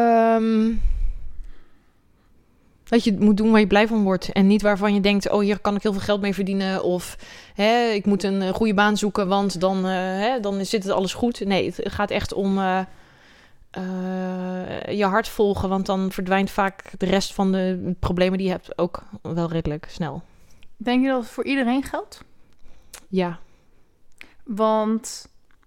Dat je moet doen waar je blij van wordt. En niet waarvan je denkt... hier kan ik heel veel geld mee verdienen. Of ik moet een goede baan zoeken... want dan zit het alles goed. Nee, het gaat echt om je hart volgen. Want dan verdwijnt vaak de rest van de problemen die je hebt... ook wel redelijk snel. Denk je dat het voor iedereen geldt? Ja. Want...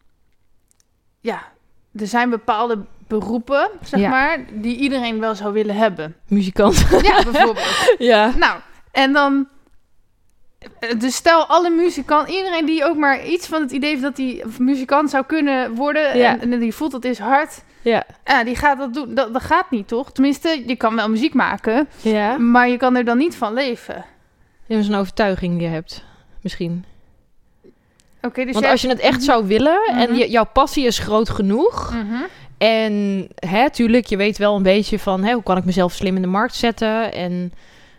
er zijn bepaalde beroepen, zeg maar, die iedereen wel zou willen hebben. Muzikant. Ja, bijvoorbeeld. Ja. Nou, en dan... Dus stel alle muzikanten, iedereen die ook maar iets van het idee heeft dat hij muzikant zou kunnen worden... en die voelt dat is hard... Ja, die gaat dat doen. Dat gaat niet, toch? Tenminste, je kan wel muziek maken, maar je kan er dan niet van leven. Dat is een overtuiging die je hebt, misschien. Okay, dus want als je het echt zou willen en jouw passie is groot genoeg... en tuurlijk, je weet wel een beetje van... hoe kan ik mezelf slim in de markt zetten? En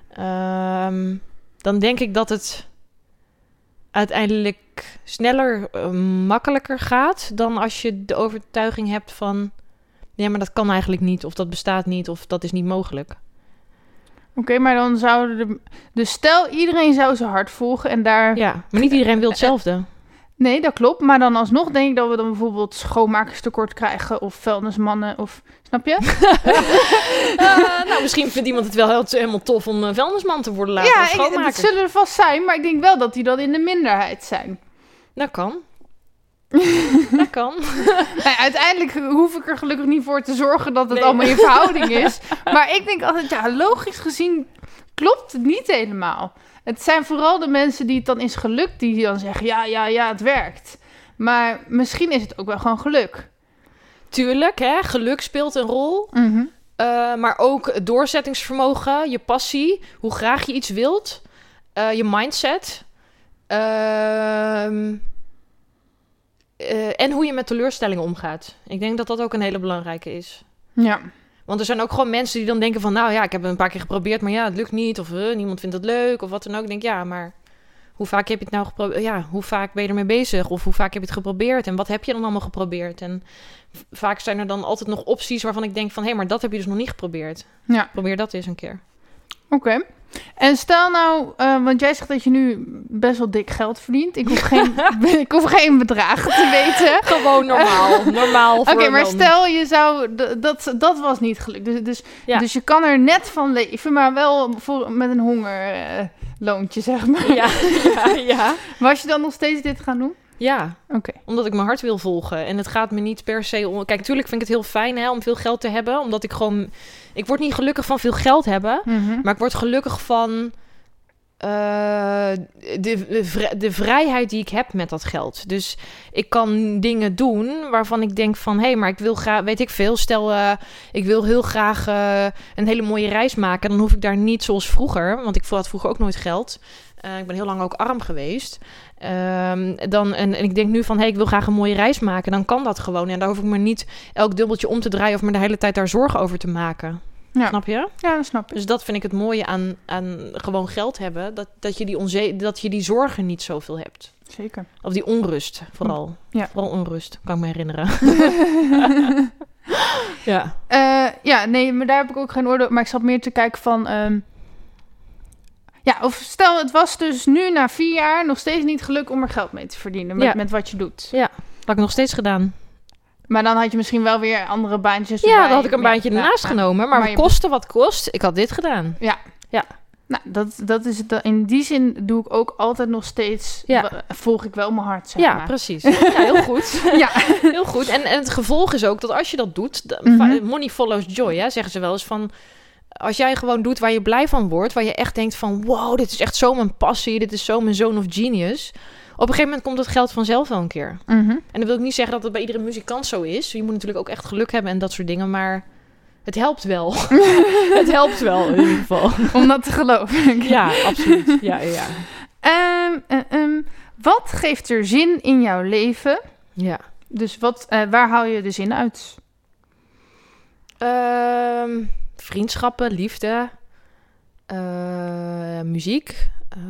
dan denk ik dat het uiteindelijk sneller, makkelijker gaat... dan als je de overtuiging hebt van... ja, maar dat kan eigenlijk niet, of dat bestaat niet... of dat is niet mogelijk. Oké, maar dan zouden dus stel, iedereen zou zijn hart volgen en daar... Ja, maar niet iedereen wil hetzelfde. Nee, dat klopt. Maar dan alsnog denk ik dat we dan bijvoorbeeld schoonmakerstekort krijgen... of vuilnismannen, of... Snap je? Misschien vindt iemand het wel helemaal tof om vuilnisman te worden later schoonmaker. Ja, dat zullen er vast zijn. Maar ik denk wel dat die dan in de minderheid zijn. Dat kan. Dat kan. Nee, uiteindelijk hoef ik er gelukkig niet voor te zorgen dat het allemaal in verhouding is. Maar ik denk altijd, logisch gezien... klopt het niet helemaal. Het zijn vooral de mensen die het dan is gelukt, die dan zeggen, ja, het werkt. Maar misschien is het ook wel gewoon geluk. Tuurlijk, hè, geluk speelt een rol. Mm-hmm. Maar ook het doorzettingsvermogen, je passie, hoe graag je iets wilt, je mindset. En hoe je met teleurstellingen omgaat. Ik denk dat dat ook een hele belangrijke is. Ja. Want er zijn ook gewoon mensen die dan denken van... nou ja, ik heb het een paar keer geprobeerd, maar ja, het lukt niet. Of niemand vindt het leuk, of wat dan ook. Ik denk, ja, maar hoe vaak heb je het nou geprobeerd? Ja, hoe vaak ben je ermee bezig? Of hoe vaak heb je het geprobeerd? En wat heb je dan allemaal geprobeerd? En vaak zijn er dan altijd nog opties waarvan ik denk van... hé, maar dat heb je dus nog niet geprobeerd. Ja. Probeer dat eens een keer. Oké. En stel nou, want jij zegt dat je nu best wel dik geld verdient. Ik hoef geen bedrag te weten. Gewoon normaal. Oké, maar stel je zou... Dat was niet gelukt. Dus je kan er net van leven, maar wel met een hongerloontje, zeg maar. Ja. Was je dan nog steeds dit gaan doen? Ja, okay. Omdat ik mijn hart wil volgen. En het gaat me niet per se om... Kijk, natuurlijk vind ik het heel fijn om veel geld te hebben. Omdat ik gewoon... Ik word niet gelukkig van veel geld hebben. Mm-hmm. Maar ik word gelukkig van de vrijheid die ik heb met dat geld. Dus ik kan dingen doen waarvan ik denk van... hé, maar ik wil graag... Weet ik veel. Stel, ik wil heel graag een hele mooie reis maken. Dan hoef ik daar niet zoals vroeger. Want ik had vroeger ook nooit geld. Ik ben heel lang ook arm geweest. En ik denk nu van, ik wil graag een mooie reis maken. Dan kan dat gewoon. En daar hoef ik me niet elk dubbeltje om te draaien... of me de hele tijd daar zorgen over te maken. Ja. Snap je? Ja, dat snap ik. Dus dat vind ik het mooie aan gewoon geld hebben. Dat je die zorgen niet zoveel hebt. Zeker. Of die onrust, vooral. Ja. Vooral onrust, kan ik me herinneren. Ja. Nee, maar daar heb ik ook geen oordeel. Maar ik zat meer te kijken van... Ja, of stel, het was dus nu na 4 jaar nog steeds niet gelukt om er geld mee te verdienen met wat je doet. Ja, dat had ik nog steeds gedaan. Maar dan had je misschien wel weer andere baantjes erbij. Ja, dan had ik een baantje ernaast genomen. Maar kosten wat kost, ik had dit gedaan. Ja. Nou, dat is het. In die zin doe ik ook altijd nog steeds... volg ik wel mijn hart, zeg maar. Ja, precies. Ja, heel goed. Ja, heel goed. En het gevolg is ook dat als je dat doet... Money follows joy, hè, zeggen ze wel eens van... Als jij gewoon doet waar je blij van wordt... waar je echt denkt van... wow, dit is echt zo mijn passie... dit is zo mijn zone of genius... op een gegeven moment komt het geld vanzelf wel een keer. Mm-hmm. En dan wil ik niet zeggen dat het bij iedere muzikant zo is. Je moet natuurlijk ook echt geluk hebben en dat soort dingen... maar het helpt wel. Het helpt wel, in ieder geval. Om dat te geloven. Ja, absoluut. Ja. Wat geeft er zin in jouw leven? Ja. Dus waar haal je de zin uit? Vriendschappen, liefde, muziek.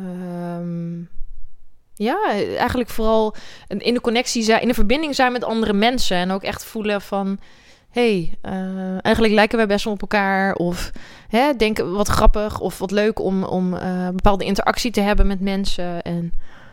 Ja, eigenlijk vooral in de connectie zijn, in de verbinding zijn met andere mensen. En ook echt voelen van... eigenlijk lijken wij best wel op elkaar. Of denken wat grappig of wat leuk om bepaalde interactie te hebben met mensen. En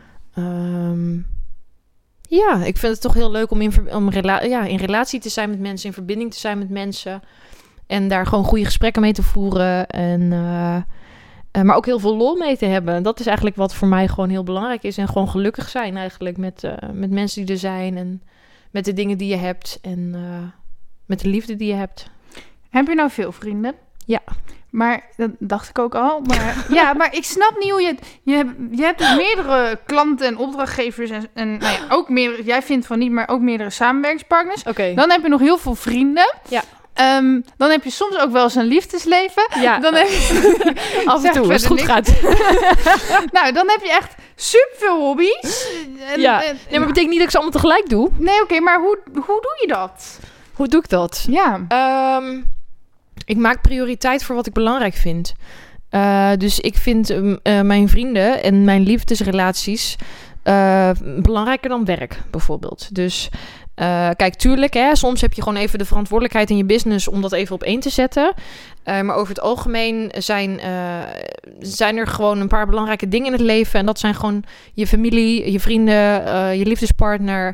ik vind het toch heel leuk om in relatie te zijn met mensen. In verbinding te zijn met mensen. En daar gewoon goede gesprekken mee te voeren. Maar ook heel veel lol mee te hebben. Dat is eigenlijk wat voor mij gewoon heel belangrijk is. En gewoon gelukkig zijn eigenlijk met mensen die er zijn. En met de dingen die je hebt. En met de liefde die je hebt. Heb je nou veel vrienden? Ja. Maar dat dacht ik ook al. Maar, ja, maar ik snap niet hoe je hebt dus meerdere klanten en opdrachtgevers. En nou ja, ook meerdere, jij vindt van niet, maar ook meerdere samenwerkingspartners. Okay. Dan heb je nog heel veel vrienden. Ja. Dan heb je soms ook wel eens een liefdesleven. Ja. Dan heb je, af en toe, als het goed gaat. Nou, dan heb je echt superveel hobby's. Nee, maar dat betekent niet dat ik ze allemaal tegelijk doe. Nee, oké, maar hoe doe je dat? Hoe doe ik dat? Ja. Ik maak prioriteit voor wat ik belangrijk vind. Dus ik vind mijn vrienden en mijn liefdesrelaties belangrijker dan werk, bijvoorbeeld. Dus kijk, tuurlijk, soms heb je gewoon even de verantwoordelijkheid in je business om dat even op één te zetten. Maar over het algemeen zijn er gewoon een paar belangrijke dingen in het leven. En dat zijn gewoon je familie, je vrienden, je liefdespartner.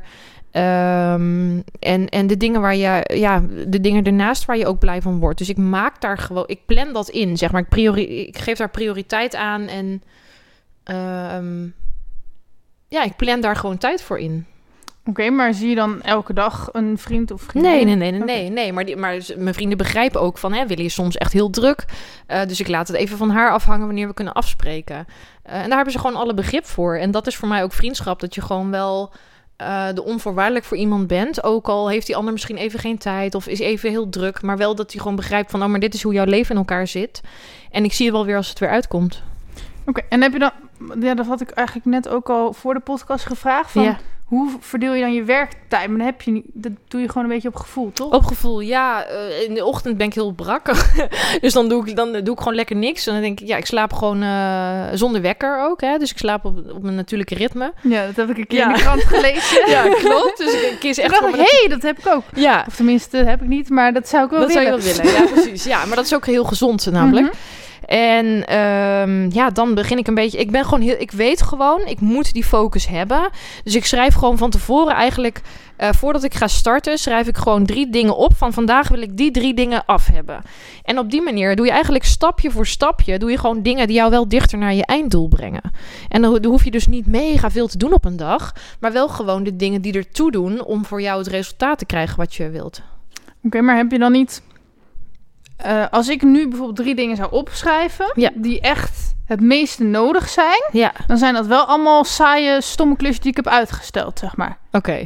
En de dingen de dingen ernaast waar je ook blij van wordt. Dus ik maak daar gewoon, ik plan dat in, zeg maar. Ik geef daar prioriteit aan en ik plan daar gewoon tijd voor in. Oké, maar zie je dan elke dag een vriend of vriendin? Nee. Maar mijn vrienden begrijpen ook van... Willy is soms echt heel druk. Dus ik laat het even van haar afhangen wanneer we kunnen afspreken. En daar hebben ze gewoon alle begrip voor. En dat is voor mij ook vriendschap. Dat je gewoon wel de onvoorwaardelijk voor iemand bent. Ook al heeft die ander misschien even geen tijd... of is even heel druk. Maar wel dat hij gewoon begrijpt van... maar dit is hoe jouw leven in elkaar zit. En ik zie het wel weer als het weer uitkomt. Oké, en heb je dan... Ja, dat had ik eigenlijk net ook al voor de podcast gevraagd. Van, hoe verdeel je dan je werktijd? Maar dan heb je niet, dat doe je gewoon een beetje op gevoel, toch? Op gevoel, ja. In de ochtend ben ik heel brak. Dus dan doe ik gewoon lekker niks. En dan denk ik, ik slaap gewoon zonder wekker ook. Hè? Dus ik slaap op mijn natuurlijke ritme. Ja, dat heb ik een keer in de krant gelezen. Ja, klopt. Dus ik kies echt... dacht dat heb ik ook. Ja. Of tenminste, dat heb ik niet, maar dat zou ik wel willen. Dat zou je wel willen, ja, precies. Ja, maar dat is ook heel gezond namelijk. Mm-hmm. En dan begin ik een beetje... Ik weet gewoon, ik moet die focus hebben. Dus ik schrijf gewoon van tevoren eigenlijk... voordat ik ga starten, schrijf ik gewoon 3 dingen op. Van vandaag wil ik die 3 dingen af hebben. En op die manier doe je eigenlijk stapje voor stapje... doe je gewoon dingen die jou wel dichter naar je einddoel brengen. En dan hoef je dus niet mega veel te doen op een dag... maar wel gewoon de dingen die ertoe doen... om voor jou het resultaat te krijgen wat je wilt. Oké, maar heb je dan niet... als ik nu bijvoorbeeld 3 dingen zou opschrijven... die echt het meeste nodig zijn... dan zijn dat wel allemaal saaie, stomme klusjes die ik heb uitgesteld, zeg maar. Oké.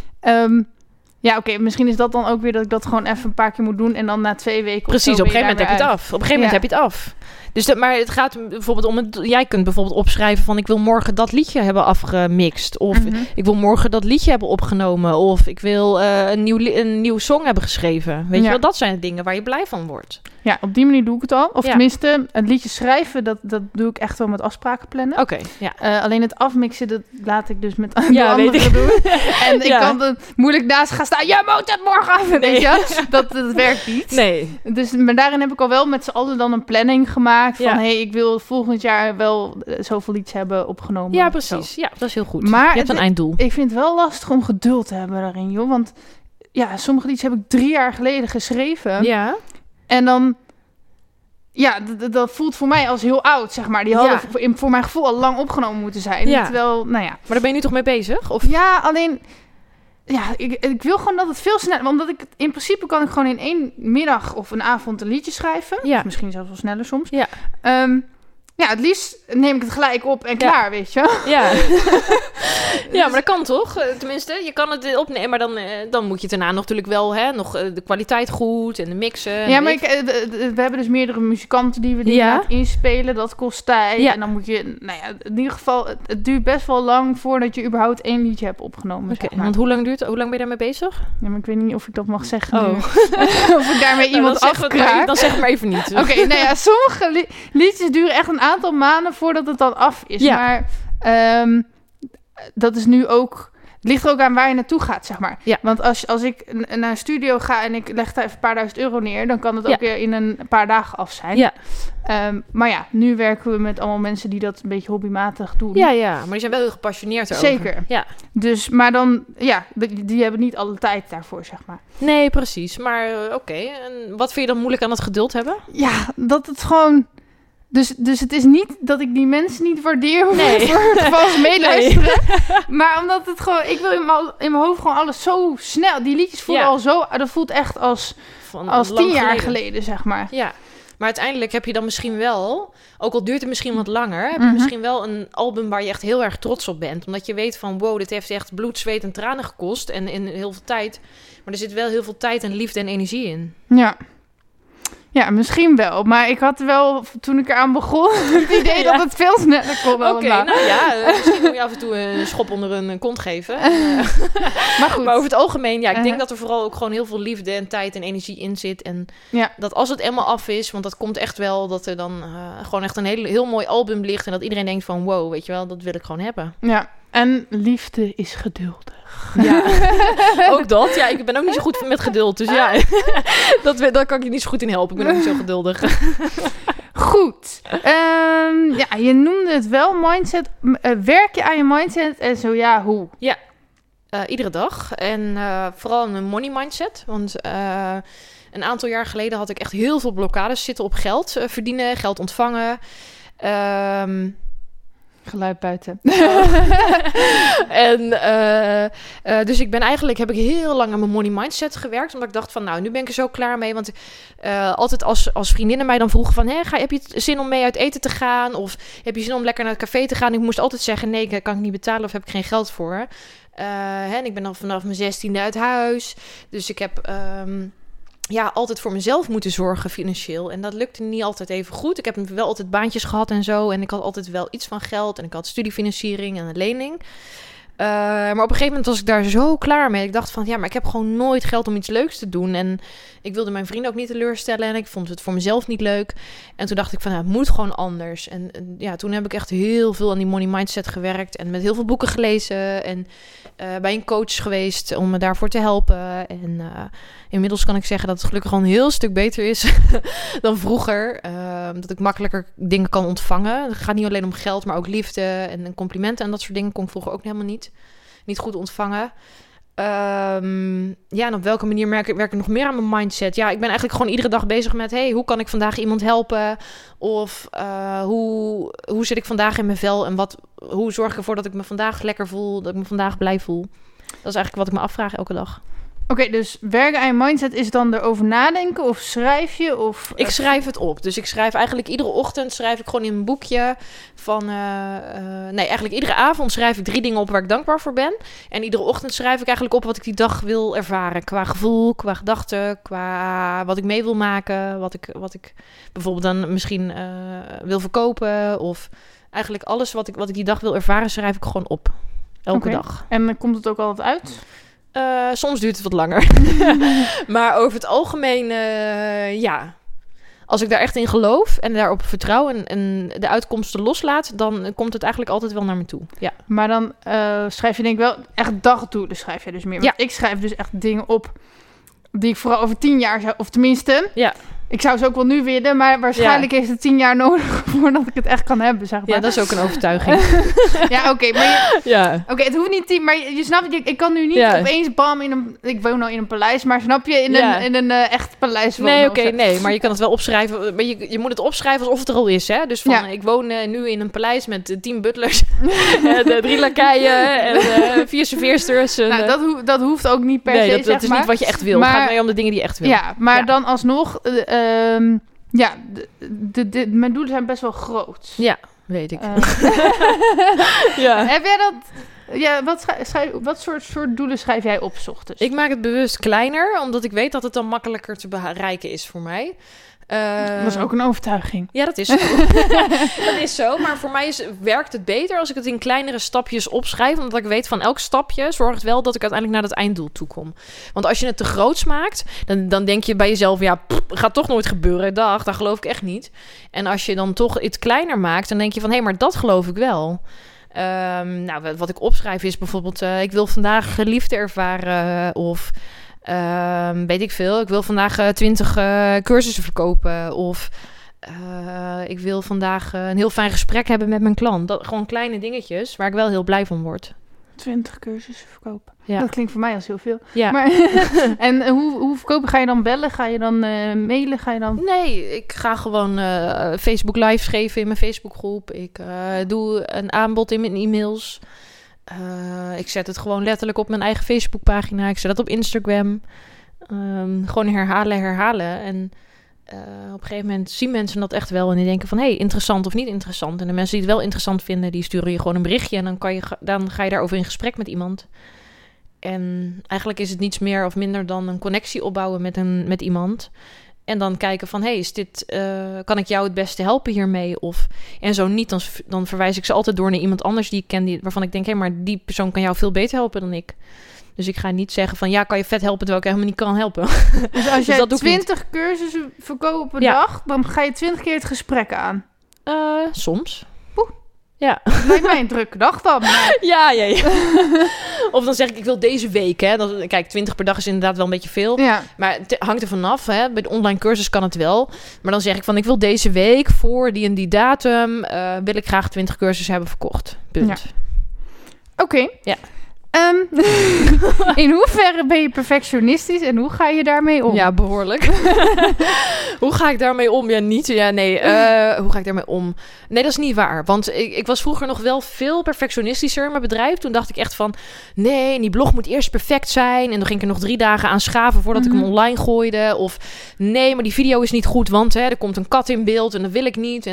Misschien is dat dan ook weer dat ik dat gewoon even een paar keer moet doen... en dan na 2 weken precies, op een gegeven moment heb je het af. Op een gegeven moment heb je het af. Dus maar het gaat bijvoorbeeld om jij kunt bijvoorbeeld opschrijven van... ik wil morgen dat liedje hebben afgemixt. Of ik wil morgen dat liedje hebben opgenomen. Of ik wil een nieuw song hebben geschreven. Weet je wel, dat zijn dingen waar je blij van wordt. Ja, op die manier doe ik het al. Of tenminste, het liedje schrijven, dat doe ik echt wel met afspraken plannen. Oké, ja. Alleen het afmixen, dat laat ik dus met anderen doen. En ik kan er moeilijk naast gaan staan. Je moet het morgen af, weet je. Dat werkt niet. Nee. Dus, maar daarin heb ik al wel met z'n allen dan een planning gemaakt. Van, ik wil volgend jaar wel zoveel liedjes hebben opgenomen. Ja, precies. Zo. Ja, dat is heel goed. Maar je hebt een einddoel. Ik vind het wel lastig om geduld te hebben daarin, joh. Want sommige liedjes heb ik 3 jaar geleden geschreven. Ja. En dan... Ja, dat voelt voor mij als heel oud, zeg maar. Die hadden voor mijn gevoel al lang opgenomen moeten zijn. Ja. Terwijl, Maar daar ben je nu toch mee bezig? Of? Ja, alleen... Ja, ik wil gewoon dat het veel sneller... Omdat in principe kan ik gewoon in 1 middag of een avond een liedje schrijven. Ja. Of misschien zelfs wel sneller soms. Ja. Het liefst neem ik het gelijk op en klaar, weet je. Ja. Ja, maar dat kan toch? Tenminste, je kan het opnemen, maar dan moet je het daarna natuurlijk wel, nog de kwaliteit goed en de mixen. Ja, maar we hebben dus meerdere muzikanten die we laten inspelen. Dat kost tijd. Ja. En dan moet je, in ieder geval, het duurt best wel lang voordat je überhaupt 1 liedje hebt opgenomen. Oké, zeg maar. Want hoe lang ben je daarmee bezig? Ja, maar ik weet niet of ik dat mag zeggen nu. Of ik daarmee iemand afkraak. Dan zeg het maar even niet. Oké, sommige liedjes duren echt een aantal maanden voordat het dan af is. Ja. Maar dat is nu ook... Het ligt er ook aan waar je naartoe gaat, zeg maar. Ja. Want als ik naar een studio ga en ik leg daar even een paar €1000 neer... dan kan het ook weer in een paar dagen af zijn. Ja. Maar nu werken we met allemaal mensen die dat een beetje hobbymatig doen. Ja, maar die zijn wel heel gepassioneerd over. Zeker. Ja. Dus, maar dan, die hebben niet alle tijd daarvoor, zeg maar. Nee, precies. Maar oké. En wat vind je dan moeilijk aan het geduld hebben? Ja, dat het gewoon... Dus het is niet dat ik die mensen niet waardeer voor het vals meeluisteren. Nee. Maar omdat het gewoon... Ik wil in mijn hoofd gewoon alles zo snel... Die liedjes voelen al zo... Dat voelt echt als 10 jaar geleden, zeg maar. Ja, maar uiteindelijk heb je dan misschien wel... Ook al duurt het misschien wat langer... Heb je misschien wel een album waar je echt heel erg trots op bent. Omdat je weet van... Wow, dit heeft echt bloed, zweet en tranen gekost. En heel veel tijd. Maar er zit wel heel veel tijd en liefde en energie in. Ja. Ja, misschien wel. Maar ik had wel, toen ik eraan begon, het idee dat het veel sneller kon. Oké, misschien moet je af en toe een schop onder een kont geven. Maar goed. Maar over het algemeen, ik denk dat er vooral ook gewoon heel veel liefde en tijd en energie in zit. En dat als het eenmaal af is, want dat komt echt wel, dat er dan gewoon echt een heel mooi album ligt. En dat iedereen denkt van, wow, weet je wel, dat wil ik gewoon hebben. Ja, en liefde is geduldig. Ja, ook dat. Ja, ik ben ook niet zo goed met geduld. Dus daar kan ik je niet zo goed in helpen. Ik ben ook niet zo geduldig. Goed. Je noemde het wel mindset. Werk je aan je mindset en zo hoe? Ja, iedere dag. En vooral een money mindset. Want een aantal jaar geleden had ik echt heel veel blokkades zitten op geld verdienen, geld ontvangen. Geluid buiten. En dus heb ik heel lang aan mijn money mindset gewerkt. Omdat ik dacht van, nou, nu ben ik er zo klaar mee. Want altijd als vriendinnen mij dan vroegen van... heb je zin om mee uit eten te gaan? Of heb je zin om lekker naar het café te gaan? Ik moest altijd zeggen, nee, dat kan ik niet betalen of heb ik geen geld voor. En ik ben al vanaf mijn 16e uit huis. Dus ik heb... altijd voor mezelf moeten zorgen financieel. En dat lukte niet altijd even goed. Ik heb wel altijd baantjes gehad en zo. En ik had altijd wel iets van geld. En ik had studiefinanciering en een lening. Maar op een gegeven moment was ik daar zo klaar mee. Ik dacht van, ja, maar ik heb gewoon nooit geld om iets leuks te doen. En ik wilde mijn vrienden ook niet teleurstellen. En ik vond het voor mezelf niet leuk. En toen dacht ik van, het moet gewoon anders. En toen heb ik echt heel veel aan die money mindset gewerkt. En met heel veel boeken gelezen. En bij een coach geweest om me daarvoor te helpen. En inmiddels kan ik zeggen dat het gelukkig gewoon een heel stuk beter is dan vroeger. Dat ik makkelijker dingen kan ontvangen. Het gaat niet alleen om geld, maar ook liefde en complimenten. En dat soort dingen kon ik vroeger ook helemaal niet goed ontvangen. En op welke manier werk ik nog meer aan mijn mindset? Ja, ik ben eigenlijk gewoon iedere dag bezig met... hoe kan ik vandaag iemand helpen? Of hoe zit ik vandaag in mijn vel? En hoe zorg ik ervoor dat ik me vandaag lekker voel? Dat ik me vandaag blij voel? Dat is eigenlijk wat ik me afvraag elke dag. Oké, dus werken aan je mindset is dan erover nadenken of schrijf je? Of ik schrijf het op. Dus ik schrijf eigenlijk iedere ochtend gewoon in een boekje van... eigenlijk iedere avond schrijf ik 3 dingen op waar ik dankbaar voor ben. En iedere ochtend schrijf ik eigenlijk op wat ik die dag wil ervaren. Qua gevoel, qua gedachten, qua wat ik mee wil maken. Wat ik bijvoorbeeld dan misschien wil verkopen. Of eigenlijk alles wat ik die dag wil ervaren, schrijf ik gewoon op. Elke dag. En dan komt het ook altijd uit? Soms duurt het wat langer. Maar over het algemeen, als ik daar echt in geloof en daarop vertrouw en de uitkomsten loslaat, dan komt het eigenlijk altijd wel naar me toe. Ja. Maar dan schrijf je denk ik wel echt dagdoelen schrijf je dus meer. Want ik schrijf dus echt dingen op die ik vooral over 10 jaar zou, of tenminste... Ja. Ik zou ze ook wel nu willen, maar waarschijnlijk heeft het 10 jaar nodig voordat ik het echt kan hebben, zeg maar. Ja, dat is ook een overtuiging. Oké, het hoeft niet 10, maar je snapt, ik kan nu niet opeens bam ik woon nou in een paleis, maar snap je, in een echt paleis wonen. Nee, maar je kan het wel opschrijven, maar je moet het opschrijven alsof het er al is, hè. Dus ik woon nu in een paleis met 10 butlers, 3 lakeien en 4 serveersters. Dat hoeft ook niet per se, dat is niet wat je echt wil. Het gaat meer om de dingen die je echt wil. Ja, maar dan alsnog... mijn doelen zijn best wel groot. Ja, weet ik. Heb jij dat... Ja, wat soort doelen schrijf jij op 's ochtends? Ik maak het bewust kleiner, omdat ik weet dat het dan makkelijker te bereiken is voor mij. Dat is ook een overtuiging. Ja, dat is zo. Dat is zo, maar voor mij werkt het beter als ik het in kleinere stapjes opschrijf. Omdat ik weet van elk stapje zorgt wel dat ik uiteindelijk naar dat einddoel toe kom. Want als je het te groots maakt, dan denk je bij jezelf... gaat toch nooit gebeuren. Dat geloof ik echt niet. En als je dan toch iets kleiner maakt, dan denk je van... maar dat geloof ik wel. Wat ik opschrijf is bijvoorbeeld... ik wil vandaag liefde ervaren of... weet ik veel. Ik wil vandaag 20 cursussen verkopen. Of ik wil vandaag een heel fijn gesprek hebben met mijn klant. Gewoon kleine dingetjes waar ik wel heel blij van word. 20 cursussen verkopen. Ja. Dat klinkt voor mij als heel veel. Ja. Maar, en hoe verkopen? Ga je dan bellen? Ga je dan mailen? Ga je dan... Nee, ik ga gewoon Facebook lives geven in mijn Facebookgroep. Ik doe een aanbod in mijn e-mails. Ik zet het gewoon letterlijk op mijn eigen Facebookpagina. Ik zet het op Instagram. Gewoon herhalen. En op een gegeven moment zien mensen dat echt wel. En die denken van, interessant of niet interessant. En de mensen die het wel interessant vinden, die sturen je gewoon een berichtje. En dan ga je daarover in gesprek met iemand. En eigenlijk is het niets meer of minder dan een connectie opbouwen met iemand. En dan kijken van, kan ik jou het beste helpen hiermee? En zo niet, dan verwijs ik ze altijd door naar iemand anders die ik ken, waarvan ik denk, maar die persoon kan jou veel beter helpen dan ik. Dus ik ga niet zeggen van, kan je vet helpen, terwijl ik helemaal niet kan helpen. Dus als jij 20 cursussen verkoopt per dag, dan ga je 20 keer het gesprek aan? Soms. Ja. Lijkt mij een drukke dag dan. Maar... Ja. Of dan zeg ik wil deze week. Hè. Kijk, 20 per dag is inderdaad wel een beetje veel. Ja. Maar het hangt er vanaf. Hè. Bij de online cursus kan het wel. Maar dan zeg ik van, ik wil deze week voor die en die datum... wil ik graag 20 cursussen hebben verkocht. Punt. Ja. Oké. Ja. In hoeverre ben je perfectionistisch en hoe ga je daarmee om? Ja, behoorlijk. Hoe ga ik daarmee om? Ja, niet. Ja, nee. Hoe ga ik daarmee om? Nee, dat is niet waar. Want ik was vroeger nog wel veel perfectionistischer in mijn bedrijf. Toen dacht ik echt van, nee, die blog moet eerst perfect zijn. En dan ging ik er nog 3 dagen aan schaven voordat ik hem online gooide. Of nee, maar die video is niet goed, want er komt een kat in beeld en dat wil ik niet.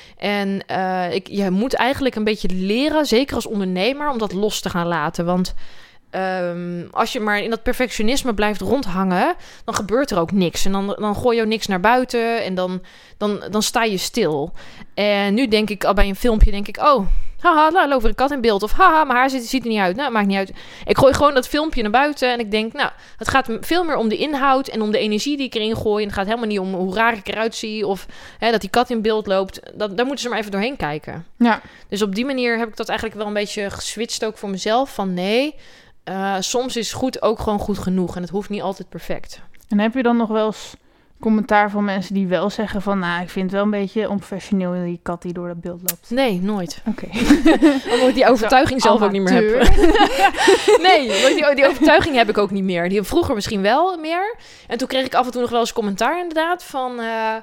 Je moet eigenlijk een beetje leren, zeker als ondernemer, om dat los te gaan laten. Want als je maar in dat perfectionisme blijft rondhangen, dan gebeurt er ook niks. En dan gooi je ook niks naar buiten en dan sta je stil. En nu denk ik, al bij een filmpje denk ik, oh, haha, nou loopt er een kat in beeld. Of haha, mijn haar ziet er niet uit. Nou, maakt niet uit. Ik gooi gewoon dat filmpje naar buiten en ik denk, nou, het gaat veel meer om de inhoud en om de energie die ik erin gooi. En het gaat helemaal niet om hoe raar ik eruit zie of dat die kat in beeld loopt. Daar moeten ze maar even doorheen kijken. Ja. Dus op die manier heb ik dat eigenlijk wel een beetje geswitcht ook voor mezelf. Van nee, soms is goed ook gewoon goed genoeg en het hoeft niet altijd perfect. En heb je dan nog wel eens commentaar van mensen die wel zeggen van, nou, ik vind het wel een beetje onprofessioneel die kat die door dat beeld loopt? Nee, nooit. Oké. Omdat ik die overtuiging zelf ook niet meer heb. Nee, die overtuiging heb ik ook niet meer. Die heb vroeger misschien wel meer. En toen kreeg ik af en toe nog wel eens commentaar inderdaad van,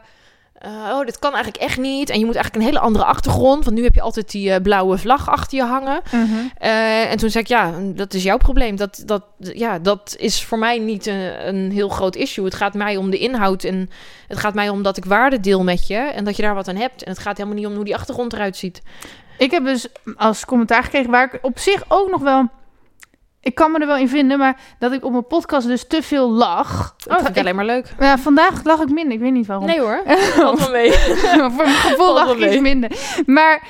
dit kan eigenlijk echt niet. En je moet eigenlijk een hele andere achtergrond. Want nu heb je altijd die blauwe vlag achter je hangen. Mm-hmm. En toen zei ik, ja, dat is jouw probleem. Dat is voor mij niet een heel groot issue. Het gaat mij om de inhoud. En het gaat mij om dat ik waarde deel met je. En dat je daar wat aan hebt. En het gaat helemaal niet om hoe die achtergrond eruit ziet. Ik heb dus als commentaar gekregen waar ik op zich ook nog wel... Ik kan me er wel in vinden, maar dat ik op mijn podcast dus te veel lach. Oh, dat vind ik alleen maar leuk. Ja, vandaag lach ik minder. Ik weet niet waarom. Nee hoor, valt wel mee. Voor mijn gevoel lach ik iets minder. Maar,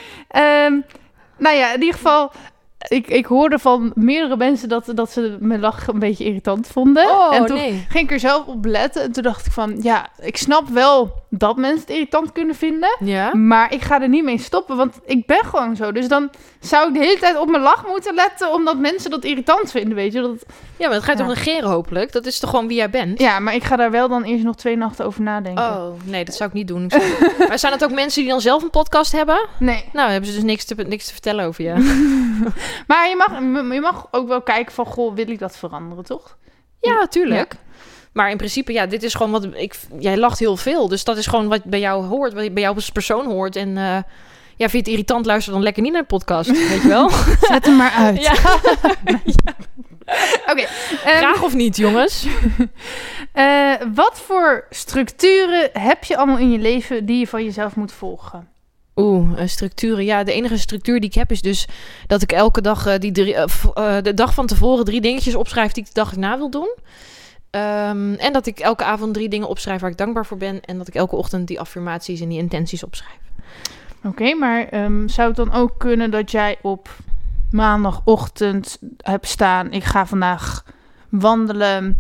nou ja, in ieder geval... Ik hoorde van meerdere mensen dat ze mijn lach een beetje irritant vonden. Oh, en toen ging ik er zelf op letten. En toen dacht ik van, ja, ik snap wel dat mensen het irritant kunnen vinden. Ja. Maar ik ga er niet mee stoppen, want ik ben gewoon zo. Dus dan zou ik de hele tijd op mijn lach moeten letten, omdat mensen dat irritant vinden, weet je. Ja, maar dat ga je toch negeren hopelijk? Dat is toch gewoon wie jij bent? Ja, maar ik ga daar wel dan eerst nog 2 nachten over nadenken. Oh, nee, dat zou ik niet doen. Maar zijn het ook mensen die dan zelf een podcast hebben? Nee. Nou, dan hebben ze dus niks te vertellen over je. Maar je mag ook wel kijken van, goh, wil ik dat veranderen, toch? Ja, tuurlijk. Ja. Maar in principe, ja, dit is gewoon jij lacht heel veel. Dus dat is gewoon wat bij jou hoort, wat bij jou als persoon hoort. En vind je het irritant, luister dan lekker niet naar de podcast, weet je wel? Zet hem maar uit. Ja. Ja. Oké. Graag of niet, jongens? Wat voor structuren heb je allemaal in je leven die je van jezelf moet volgen? Structuren. Ja, de enige structuur die ik heb is dus dat ik elke dag de dag van tevoren 3 dingetjes opschrijf die ik de dag na wil doen. En dat ik elke avond 3 dingen opschrijf waar ik dankbaar voor ben. En dat ik elke ochtend die affirmaties en die intenties opschrijf. Oké, maar zou het dan ook kunnen dat jij op maandagochtend hebt staan, ik ga vandaag wandelen,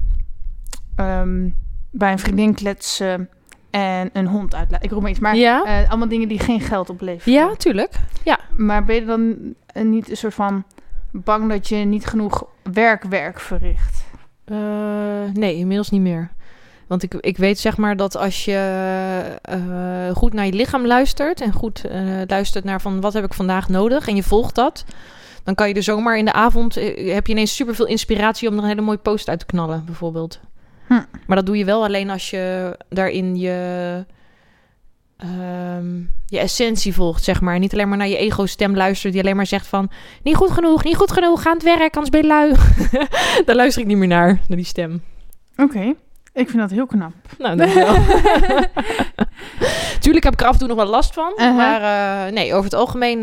bij een vriendin kletsen en een hond uitlaten. Ik roep maar iets, maar allemaal dingen die geen geld opleveren. Ja, tuurlijk. Ja. Maar ben je dan niet een soort van bang dat je niet genoeg werk verricht? Nee, inmiddels niet meer. Want ik weet zeg maar dat als je goed naar je lichaam luistert en goed luistert naar van wat heb ik vandaag nodig en je volgt dat, dan kan je er zomaar in de avond, heb je ineens superveel inspiratie om er een hele mooie post uit te knallen, bijvoorbeeld. Maar dat doe je wel alleen als je daarin je essentie volgt, zeg maar. Niet alleen maar naar je ego-stem luistert die alleen maar zegt van, niet goed genoeg, ga aan het werk, anders ben je lui. Daar luister ik niet meer naar die stem. Oké. Ik vind dat heel knap. Nou, dankjewel. Tuurlijk heb ik er af en toe nog wel last van. Uh-huh. Maar nee, over het algemeen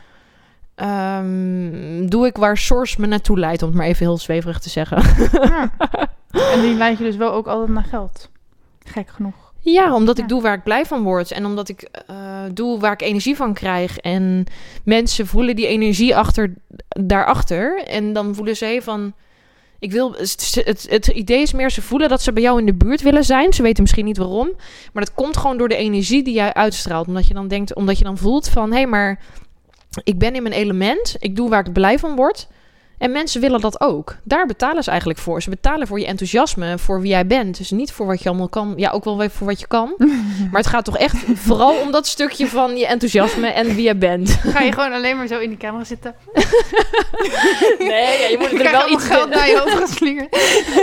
doe ik waar source me naartoe leidt, om het maar even heel zweverig te zeggen. Ja. En die leidt je dus wel ook altijd naar geld. Gek genoeg. Ja, omdat ik doe waar ik blij van word. En omdat ik doe waar ik energie van krijg. En mensen voelen die energie daarachter. En dan voelen ze van, ik wil, het idee is meer, ze voelen dat ze bij jou in de buurt willen zijn. Ze weten misschien niet waarom. Maar dat komt gewoon door de energie die jij uitstraalt. Omdat je dan voelt van, hé, maar ik ben in mijn element. Ik doe waar ik blij van word. En mensen willen dat ook. Daar betalen ze eigenlijk voor. Ze betalen voor je enthousiasme, voor wie jij bent. Dus niet voor wat je allemaal kan. Ja, ook wel voor wat je kan. Maar het gaat toch echt vooral om dat stukje van je enthousiasme en wie jij bent. Ga je gewoon alleen maar zo in die camera zitten? Nee, ja, je moet Je er wel iets geld naar je hoofd geslingerd.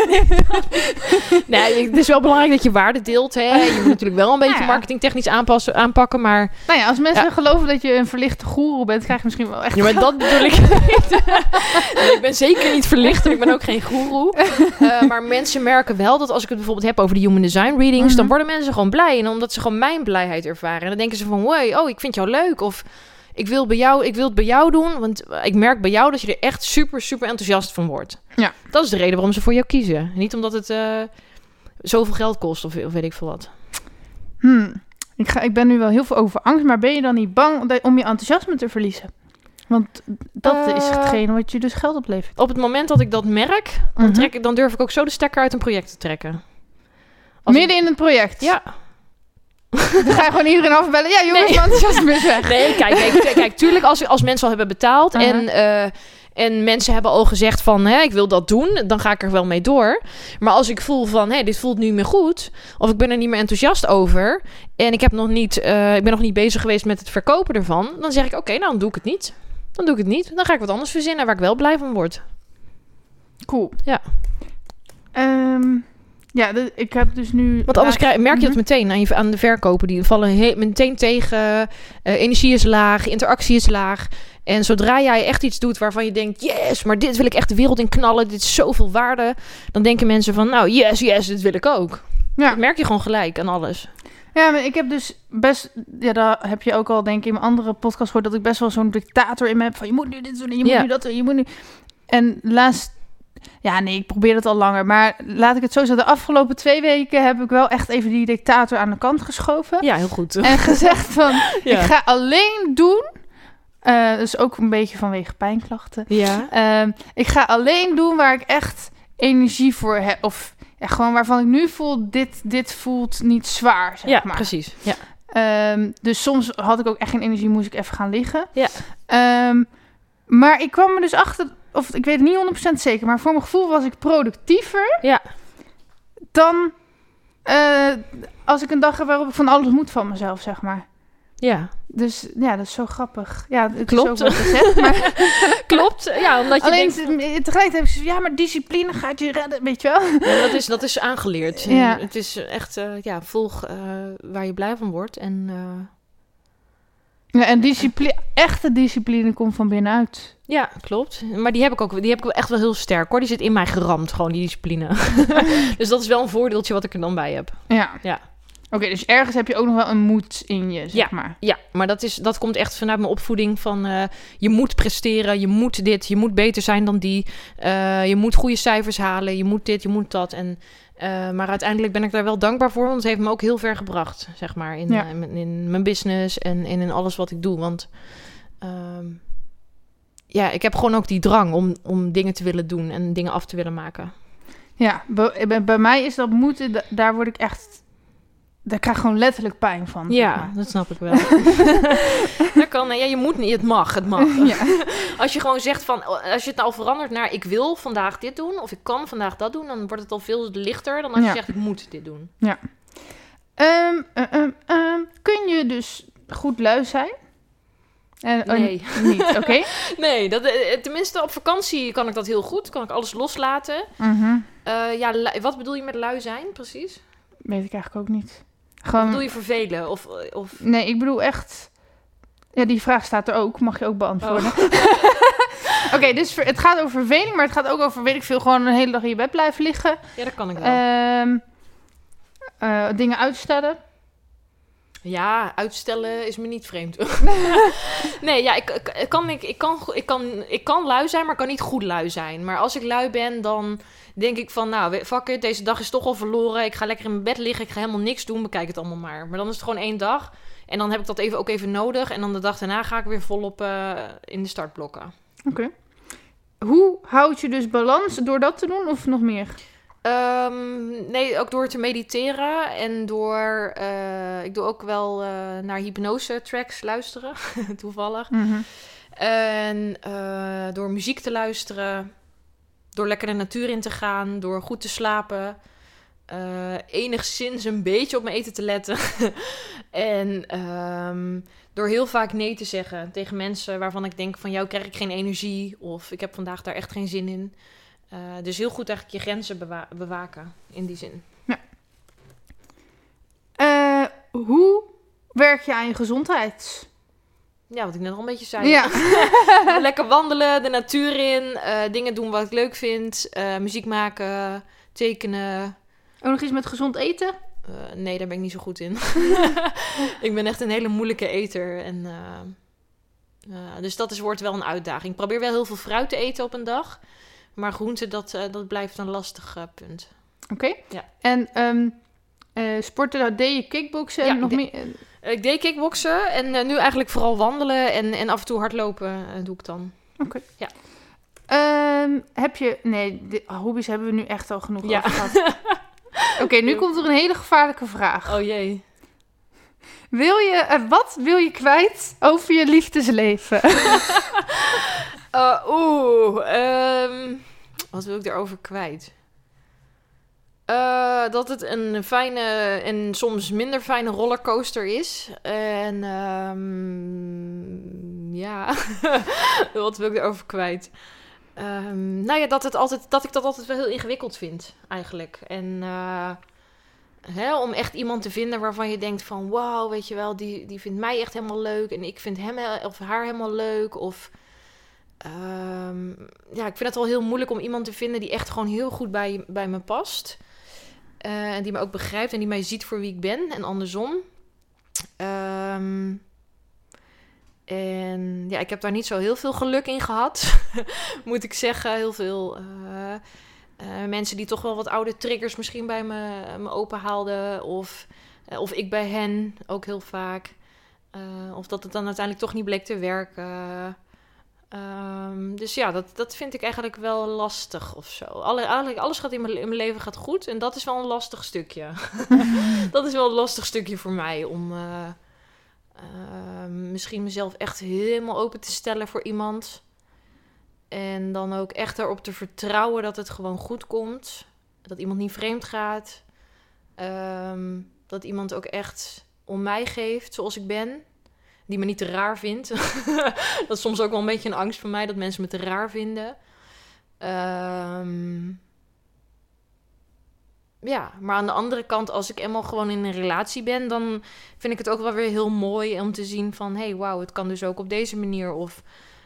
Nee, het is wel belangrijk dat je waarde deelt. Hè? Je moet natuurlijk wel een beetje marketingtechnisch aanpakken, maar... Nou ja, als mensen geloven dat je een verlichte goeroe bent, krijg je misschien wel echt... Ja, maar dat bedoel ik niet. Nee, ik ben zeker niet verlicht en ik ben ook geen goeroe. Maar mensen merken wel dat als ik het bijvoorbeeld heb over de human design readings, dan worden mensen gewoon blij. En omdat ze gewoon mijn blijheid ervaren. En dan denken ze van, wow, ik vind jou leuk. Of ik wil het bij jou doen, want ik merk bij jou dat je er echt super, super enthousiast van wordt. Ja. Dat is de reden waarom ze voor jou kiezen. Niet omdat het zoveel geld kost of weet ik veel wat. Ik ben nu wel heel veel over angst, maar ben je dan niet bang om je enthousiasme te verliezen? Want dat is hetgene wat je dus geld oplevert. Op het moment dat ik dat merk, dan durf ik ook zo de stekker uit een project te trekken. Midden in het project? Ja. Dan ga je gewoon iedereen afbellen. Ja, jongens, mijn enthousiasme is weg. Nee, kijk, tuurlijk als mensen al hebben betaald en mensen hebben al gezegd van, ik wil dat doen, dan ga ik er wel mee door. Maar als ik voel van, dit voelt niet meer goed, of ik ben er niet meer enthousiast over en ik ben nog niet bezig geweest met het verkopen ervan, dan zeg ik, oké, nou, dan doe ik het niet. Dan ga ik wat anders verzinnen waar ik wel blij van word. Cool. Ja. Ik heb dus nu... Want anders merk je dat meteen aan de verkopen. Die vallen meteen tegen. Energie is laag, interactie is laag. En zodra jij echt iets doet waarvan je denkt, yes, maar dit wil ik echt de wereld in knallen. Dit is zoveel waarde. Dan denken mensen van, nou, yes, dit wil ik ook. Ja. Dat merk je gewoon gelijk aan alles. Ja, maar ik heb dus best... Ja, daar heb je ook al, denk ik, in mijn andere podcast gehoord, dat ik best wel zo'n dictator in me heb van, je moet nu dit doen en je moet nu dat doen, je moet nu... En laatst... Ja, nee, ik probeer het al langer. Maar laat ik het zo zeggen. De afgelopen 2 weken heb ik wel echt even die dictator aan de kant geschoven. Ja, heel goed. En gezegd van, ik ga alleen doen... dus ook een beetje vanwege pijnklachten. Ja. Ik ga alleen doen waar ik echt energie voor heb. Of gewoon waarvan ik nu voel, dit voelt niet zwaar, zeg maar. Precies. Ja. Dus soms had ik ook echt geen energie, moest ik even gaan liggen. Ja. Maar ik kwam er dus achter... Of ik weet het niet 100% zeker, maar voor mijn gevoel was ik productiever dan als ik een dag heb waarop ik van alles moet van mezelf, zeg maar. Ja. Dus ja, dat is zo grappig. Ja, het klopt. Is ook wat gezegd, maar... Klopt, ja, omdat je alleen denkt... tegelijkertijd heb ik ja, maar discipline gaat je redden, weet je wel? Ja, dat is aangeleerd. Ja. Het is echt, volg waar je blij van wordt en... Ja, en echte discipline komt van binnenuit. Ja, klopt. Maar die heb ik echt wel heel sterk, hoor. Die zit in mij geramd, gewoon die discipline. Dus dat is wel een voordeeltje wat ik er dan bij heb. Ja. Oké, dus ergens heb je ook nog wel een moed in je, zeg maar. Ja, maar dat komt echt vanuit mijn opvoeding van... je moet presteren, je moet dit, je moet beter zijn dan die. Je moet goede cijfers halen, je moet dit, je moet dat. Maar uiteindelijk ben ik daar wel dankbaar voor... want het heeft me ook heel ver gebracht, zeg maar... in mijn business en in alles wat ik doe. Want ik heb gewoon ook die drang om dingen te willen doen... en dingen af te willen maken. Ja, bij mij is dat moeten... Daar word ik echt... Daar krijg ik gewoon letterlijk pijn van. Ja, zeg maar. Dat snap ik wel. Dat kan, je moet niet, het mag. Ja. Als je gewoon zegt van, als je het nou verandert naar ik wil vandaag dit doen, of ik kan vandaag dat doen, dan wordt het al veel lichter dan als je zegt ik moet dit doen. Ja. Kun je dus goed lui zijn? Nee. Niet, oké? Nee, tenminste op vakantie kan ik dat heel goed. Kan ik alles loslaten. Wat bedoel je met lui zijn, precies? Weet ik eigenlijk ook niet. Gewoon... Bedoel je vervelen? Of... Nee, ik bedoel echt... Ja, die vraag staat er ook. Mag je ook beantwoorden. Oké, dus het gaat over verveling, maar het gaat ook over, weet ik veel, gewoon een hele dag in je bed blijven liggen. Ja, dat kan ik wel. Dingen uitstellen. Ja, uitstellen is me niet vreemd. Nee, ja, ik kan lui zijn, maar ik kan niet goed lui zijn. Maar als ik lui ben, dan denk ik van, nou, fuck it, deze dag is toch al verloren. Ik ga lekker in mijn bed liggen, ik ga helemaal niks doen, bekijk het allemaal maar. Maar dan is het gewoon 1 dag. En dan heb ik dat ook even nodig. En dan de dag daarna ga ik weer volop in de startblokken. Oké. Hoe houd je dus balans door dat te doen of nog meer? Nee, ook door te mediteren en door... ik doe ook wel naar hypnose tracks luisteren, toevallig. Mm-hmm. En door muziek te luisteren, door lekker de natuur in te gaan, door goed te slapen, enigszins een beetje op mijn eten te letten. En door heel vaak nee te zeggen tegen mensen waarvan ik denk van jou krijg ik geen energie of ik heb vandaag daar echt geen zin in. Dus heel goed eigenlijk je grenzen bewaken in die zin. Ja. Hoe werk je aan je gezondheid? Ja, wat ik net al een beetje zei. Ja. Lekker wandelen, de natuur in, dingen doen wat ik leuk vind, muziek maken, tekenen. Ook nog iets met gezond eten? Nee, daar ben ik niet zo goed in. Ik ben echt een hele moeilijke eter. En, dus dat wordt wel een uitdaging. Ik probeer wel heel veel fruit te eten op een dag. Maar groente, dat blijft een lastig punt. Oké. Ja. En sporten, deed je kickboksen? Ja, nog meer? Ik deed kickboksen en nu eigenlijk vooral wandelen en af en toe hardlopen doe ik dan. Oké. Ja. Heb je... Nee, hobby's hebben we nu echt al genoeg Ja. over gehad. Oké, nu komt er een hele gevaarlijke vraag. Oh jee. Wat wil je kwijt over je liefdesleven? Wat wil ik daarover kwijt? Dat het een fijne en soms minder fijne rollercoaster is. En ja, wat wil ik daarover kwijt? Nou ja, dat ik dat altijd wel heel ingewikkeld vind, eigenlijk. En om echt iemand te vinden waarvan je denkt van... Wauw, weet je wel, die vindt mij echt helemaal leuk. En ik vind hem of haar helemaal leuk. Of ja, ik vind het wel heel moeilijk om iemand te vinden die echt gewoon heel goed bij me past. En die me ook begrijpt en die mij ziet voor wie ik ben. En andersom. En ja, ik heb daar niet zo heel veel geluk in gehad. Moet ik zeggen. Heel veel mensen die toch wel wat oude triggers misschien bij me open haalden. Of ik bij hen ook heel vaak. Of dat het dan uiteindelijk toch niet bleek te werken. Dus ja, dat vind ik eigenlijk wel lastig of zo. Eigenlijk alles gaat in mijn leven gaat goed. En dat is wel een lastig stukje. Dat is wel een lastig stukje voor mij. Om misschien mezelf echt helemaal open te stellen voor iemand. En dan ook echt erop te vertrouwen dat het gewoon goed komt. Dat iemand niet vreemd gaat. Dat iemand ook echt om mij geeft zoals ik ben. Die me niet te raar vindt. Dat is soms ook wel een beetje een angst voor mij. Dat mensen me te raar vinden. Ja, maar aan de andere kant... als ik eenmaal gewoon in een relatie ben... dan vind ik het ook wel weer heel mooi om te zien van... hey, wauw, het kan dus ook op deze manier. Of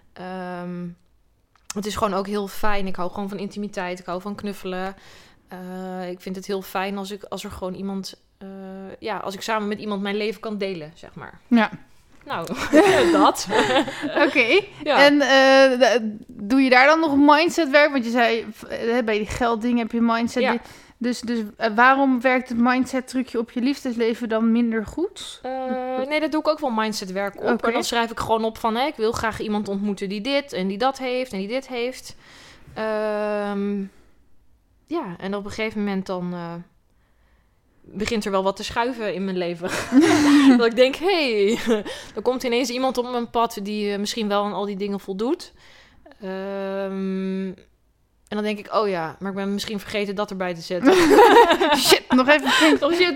het is gewoon ook heel fijn. Ik hou gewoon van intimiteit. Ik hou van knuffelen. Ik vind het heel fijn als er gewoon iemand... als ik samen met iemand mijn leven kan delen, zeg maar. Ja. Nou, dat. Oké. Ja. En doe je daar dan nog mindsetwerk? Want je zei, bij die gelddingen heb je mindset. Ja. Dus waarom werkt het mindset trucje op je liefdesleven dan minder goed? Nee, dat doe ik ook wel mindsetwerk op. Okay. En dan schrijf ik gewoon op van... ik wil graag iemand ontmoeten die dit en die dat heeft en die dit heeft. Ja, en op een gegeven moment dan... begint er wel wat te schuiven in mijn leven. Dat ik denk, hey, er komt ineens iemand op mijn pad... die misschien wel aan al die dingen voldoet. En dan denk ik, oh ja, maar ik ben misschien vergeten dat erbij te zetten. Shit, nog even. Nog shit.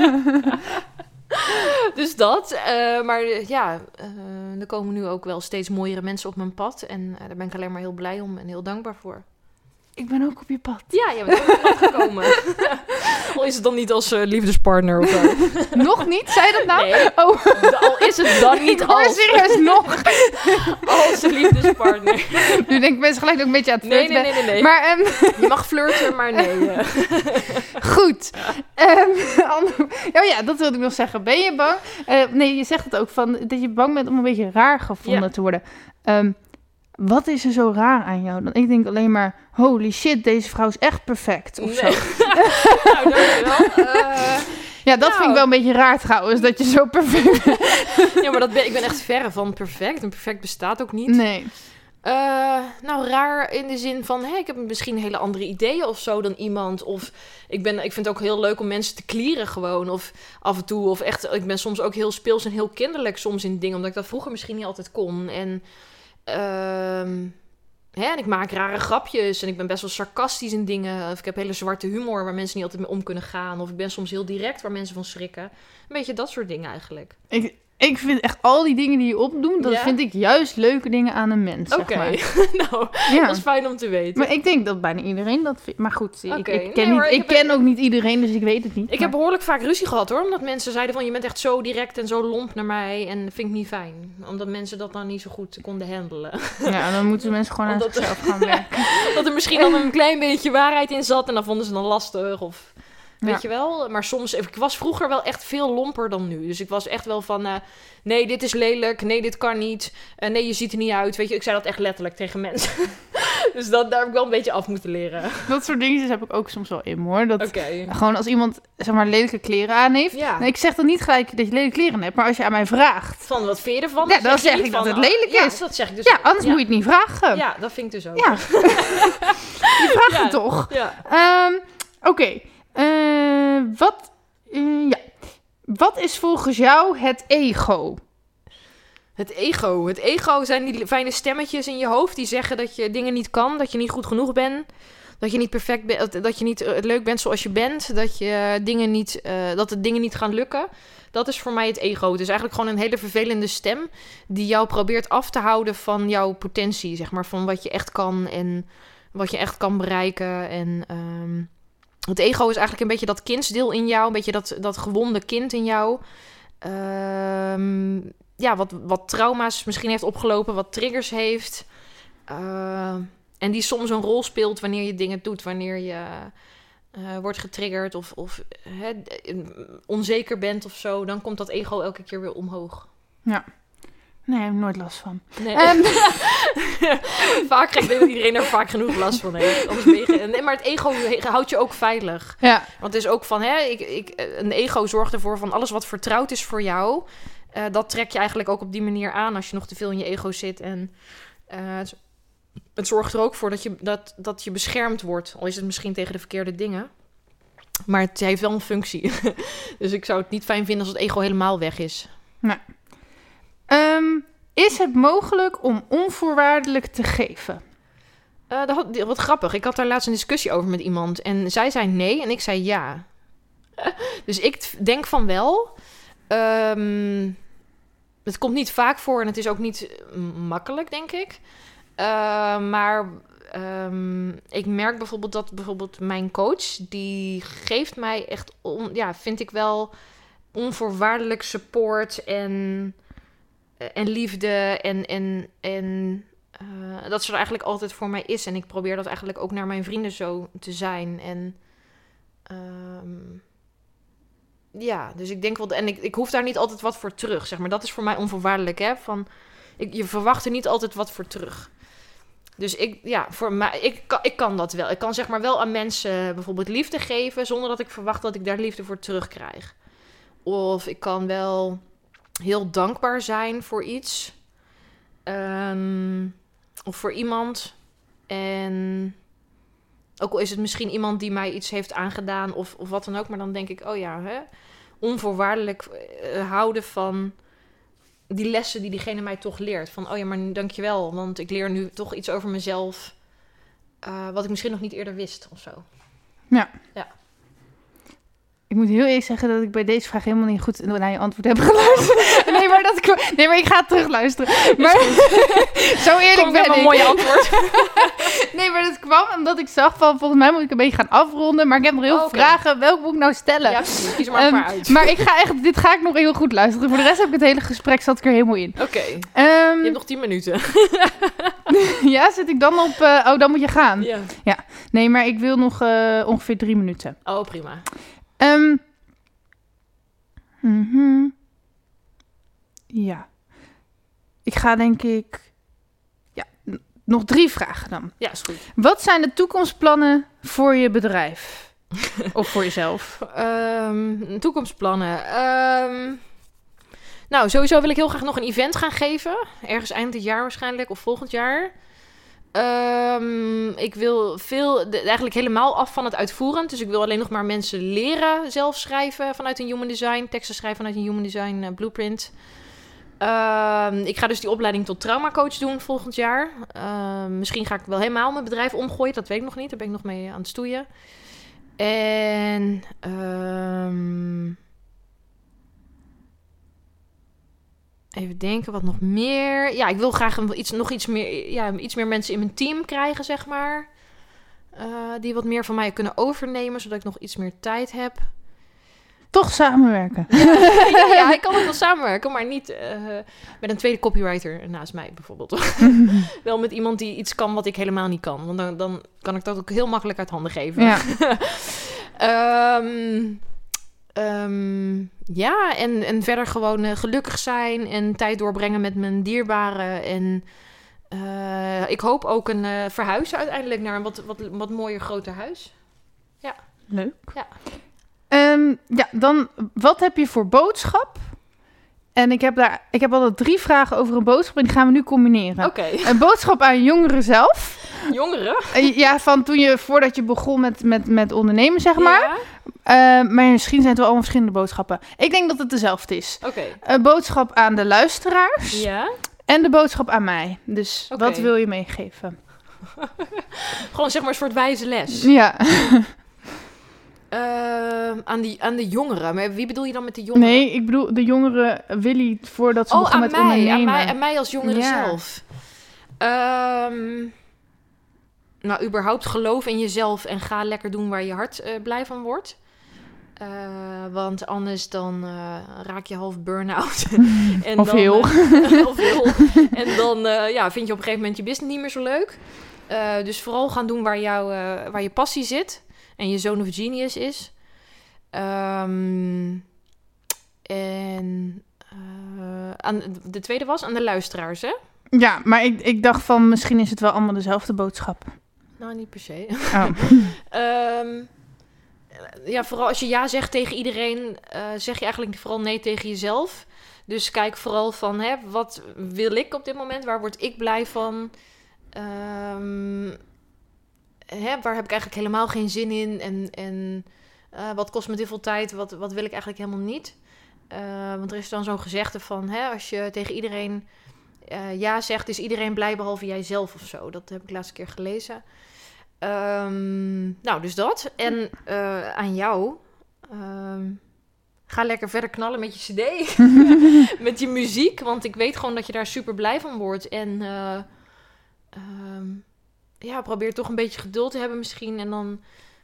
Dus dat. Maar ja, er komen nu ook wel steeds mooiere mensen op mijn pad. En daar ben ik alleen maar heel blij om en heel dankbaar voor. Ik ben ook op je pad. Ja, je bent ook op mijn pad gekomen. Al is het dan niet als liefdespartner of zo. Nog niet? Zei je dat nou? Nee. Oh. Al is het dan niet als. serieus nog. Als liefdespartner. Nu denk ik mensen gelijk ook een beetje aan het flirten. Nee. Maar, je mag flirten, maar nee. Goed. Oh ja, dat wilde ik nog zeggen. Ben je bang? Nee, je zegt het ook van dat je bang bent om een beetje raar gevonden te worden. Wat is er zo raar aan jou? Dan ik denk alleen maar, holy shit, deze vrouw is echt perfect. Of zo. Nou, dankjewel. Ja, dat vind ik wel een beetje raar trouwens, dat je zo perfect bent. Ja, maar ik ben echt verre van perfect. En perfect bestaat ook niet. Nee. Nou, raar in de zin van... ik heb misschien hele andere ideeën of zo dan iemand. Of ik vind het ook heel leuk om mensen te clearen gewoon. Of af en toe. Of echt, ik ben soms ook heel speels en heel kinderlijk soms in dingen. Omdat ik dat vroeger misschien niet altijd kon. En En ik maak rare grapjes en ik ben best wel sarcastisch in dingen. Of ik heb hele zwarte humor waar mensen niet altijd mee om kunnen gaan. Of ik ben soms heel direct waar mensen van schrikken. Een beetje dat soort dingen eigenlijk. Ik vind echt al die dingen die je opdoet, dat vind ik juist leuke dingen aan een mens. Oké, nou, dat is fijn om te weten. Maar ik denk dat bijna iedereen dat vindt. Maar goed, ik ken ook niet iedereen, dus ik weet het niet. Ik heb behoorlijk vaak ruzie gehad hoor, omdat mensen zeiden van je bent echt zo direct en zo lomp naar mij. En dat vind ik niet fijn, omdat mensen dat dan niet zo goed konden handelen. Ja, dan moeten mensen gewoon aan zichzelf gaan werken. Dat er misschien dan een klein beetje waarheid in zat en dan vonden ze dan lastig of... Weet je wel? Maar soms... Ik was vroeger wel echt veel lomper dan nu. Dus ik was echt wel van... nee, dit is lelijk. Nee, dit kan niet. Nee, je ziet er niet uit. Weet je, ik zei dat echt letterlijk tegen mensen. Dus daar heb ik wel een beetje af moeten leren. Dat soort dingetjes heb ik ook soms wel in, hoor. Gewoon als iemand, zeg maar, lelijke kleren aan heeft. Ja. Nee, ik zeg dan niet gelijk dat je lelijke kleren hebt. Maar als je aan mij vraagt... Van, wat vind je ervan? Ja, dan zeg ik dat het lelijk is. Ja, dat zeg ik dus ja, anders moet je het niet vragen. Ja, dat vind ik dus ook. Ja. Je vraagt het toch? Ja. Oké. Wat is volgens jou het ego? Het ego. Het ego zijn die fijne stemmetjes in je hoofd die zeggen dat je dingen niet kan, dat je niet goed genoeg bent, dat je niet perfect bent, dat je niet leuk bent zoals je bent, dat je dat de dingen niet gaan lukken. Dat is voor mij het ego. Het is eigenlijk gewoon een hele vervelende stem die jou probeert af te houden van jouw potentie, zeg maar, van wat je echt kan en wat je echt kan bereiken. En het ego is eigenlijk een beetje dat kindsdeel in jou, een beetje dat gewonde kind in jou. Wat trauma's misschien heeft opgelopen, wat triggers heeft. En die soms een rol speelt wanneer je dingen doet, wanneer je wordt getriggerd of onzeker bent of zo. Dan komt dat ego elke keer weer omhoog. Ja. Nee, heb ik nooit last van. Nee. Vaak krijg ik dat iedereen er vaak genoeg last van heeft. Anders ben je maar het ego houdt je ook veilig. Ja. Want het is ook van, een ego zorgt ervoor van alles wat vertrouwd is voor jou. Dat trek je eigenlijk ook op die manier aan als je nog te veel in je ego zit. En het zorgt er ook voor dat je beschermd wordt. Al is het misschien tegen de verkeerde dingen. Maar het heeft wel een functie. Dus ik zou het niet fijn vinden als het ego helemaal weg is. Nee. Is het mogelijk om onvoorwaardelijk te geven? Wat grappig. Ik had daar laatst een discussie over met iemand. En zij zei nee en ik zei ja. Dus ik denk van wel. Het komt niet vaak voor en het is ook niet makkelijk, denk ik. Maar ik merk bijvoorbeeld dat mijn coach... die geeft mij echt, vind ik wel... onvoorwaardelijk support en liefde en dat ze er eigenlijk altijd voor mij is. En ik probeer dat eigenlijk ook naar mijn vrienden zo te zijn. En dus ik denk wel... En ik hoef daar niet altijd wat voor terug, zeg maar. Dat is voor mij onvoorwaardelijk, hè. Je verwacht er niet altijd wat voor terug. Dus voor mij, ik kan dat wel. Ik kan zeg maar wel aan mensen bijvoorbeeld liefde geven... zonder dat ik verwacht dat ik daar liefde voor terugkrijg. Of ik kan wel heel dankbaar zijn voor iets. Of voor iemand. En ook al is het misschien iemand die mij iets heeft aangedaan of wat dan ook. Maar dan denk ik, onvoorwaardelijk houden van die lessen die diegene mij toch leert. Van, maar dankjewel. Want ik leer nu toch iets over mezelf. Wat ik misschien nog niet eerder wist of zo. Ja. Ik moet heel eerlijk zeggen dat ik bij deze vraag helemaal niet goed naar je antwoord heb geluisterd. Nee, maar ik ga terug luisteren. Maar zo eerlijk ben ik. Een mooie antwoord. Nee, maar dat kwam omdat ik zag van volgens mij moet ik een beetje gaan afronden. Maar ik heb nog heel veel vragen. Welke moet ik nou stellen? Ja, precies. Kies er maar een paar uit. Maar dit ga ik nog heel goed luisteren. Voor de rest heb ik het hele gesprek zat ik er helemaal in. Oké. Je hebt nog 10 minuten. Ja, zit ik dan op... dan moet je gaan. Ja. Nee, maar ik wil nog ongeveer 3 minuten. Oh, prima. Ja. Ik ga denk ik... Ja, nog 3 vragen dan. Ja, is goed. Wat zijn de toekomstplannen voor je bedrijf? Of voor jezelf? Toekomstplannen. Sowieso wil ik heel graag nog een event gaan geven. Ergens eind dit jaar waarschijnlijk, of volgend jaar. Ik wil eigenlijk helemaal af van het uitvoerend. Dus ik wil alleen nog maar mensen leren zelf schrijven vanuit een human design. Teksten schrijven vanuit een human design blueprint. Ik ga dus die opleiding tot traumacoach doen volgend jaar. Misschien ga ik wel helemaal mijn bedrijf omgooien. Dat weet ik nog niet. Daar ben ik nog mee aan het stoeien. En even denken, wat nog meer? Ja, ik wil graag iets meer mensen in mijn team krijgen, zeg maar. Die wat meer van mij kunnen overnemen, zodat ik nog iets meer tijd heb. Toch samenwerken. Ja, ik kan ook wel samenwerken, maar niet met een tweede copywriter naast mij bijvoorbeeld. Wel met iemand die iets kan wat ik helemaal niet kan. Want dan kan ik dat ook heel makkelijk uit handen geven. Ja. Ja, en verder gewoon gelukkig zijn en tijd doorbrengen met mijn dierbaren. En ik hoop ook een verhuizen uiteindelijk naar een wat mooier, groter huis. Ja. Leuk. Ja. Dan wat heb je voor boodschap? En ik heb altijd 3 vragen over een boodschap en die gaan we nu combineren. Oké. Een boodschap aan jongeren zelf. Jongeren? Ja, van voordat je begon met ondernemen, zeg maar. Ja. Maar misschien zijn het wel allemaal verschillende boodschappen. Ik denk dat het dezelfde is. Oké. Een boodschap aan de luisteraars. Ja. En de boodschap aan mij. Dus wat wil je meegeven? Gewoon zeg maar een soort wijze les. Ja. Aan de jongeren. Maar wie bedoel je dan met de jongeren? Nee, ik bedoel de jongeren Willy voordat ze begon met ondernemen. Aan mij als jongere zelf. Nou, überhaupt geloof in jezelf en ga lekker doen waar je hart blij van wordt. Want anders dan raak je half burn-out. En of heel. Of heel. En dan vind je op een gegeven moment je business niet meer zo leuk. Dus vooral gaan doen waar je passie zit. En je zone of genius is. De tweede was aan de luisteraars, hè? Ja, maar ik dacht van misschien is het wel allemaal dezelfde boodschap. Nou, niet per se. Oh. Vooral als je ja zegt tegen iedereen, zeg je eigenlijk vooral nee tegen jezelf. Dus kijk vooral van, wat wil ik op dit moment? Waar word ik blij van? Waar heb ik eigenlijk helemaal geen zin in? En wat kost me dit veel tijd? Wat wil ik eigenlijk helemaal niet? Want er is dan zo'n gezegde van, als je tegen iedereen ja zegt, is iedereen blij behalve jijzelf of zo. Dat heb ik laatste keer glezen. Dus dat. En aan jou, ga lekker verder knallen met je cd. Met je muziek, want ik weet gewoon dat je daar super blij van wordt. En probeer toch een beetje geduld te hebben misschien. En dan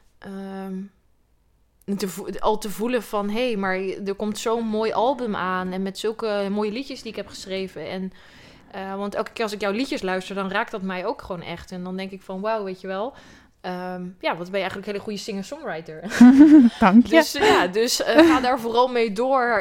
te voelen van, hé, maar er komt zo'n mooi album aan. En met zulke mooie liedjes die ik heb geschreven. En want elke keer als ik jouw liedjes luister, dan raakt dat mij ook gewoon echt. En dan denk ik van, wauw, weet je wel. Wat ben je eigenlijk een hele goede singer-songwriter. Dank je. Dus ga daar vooral mee door.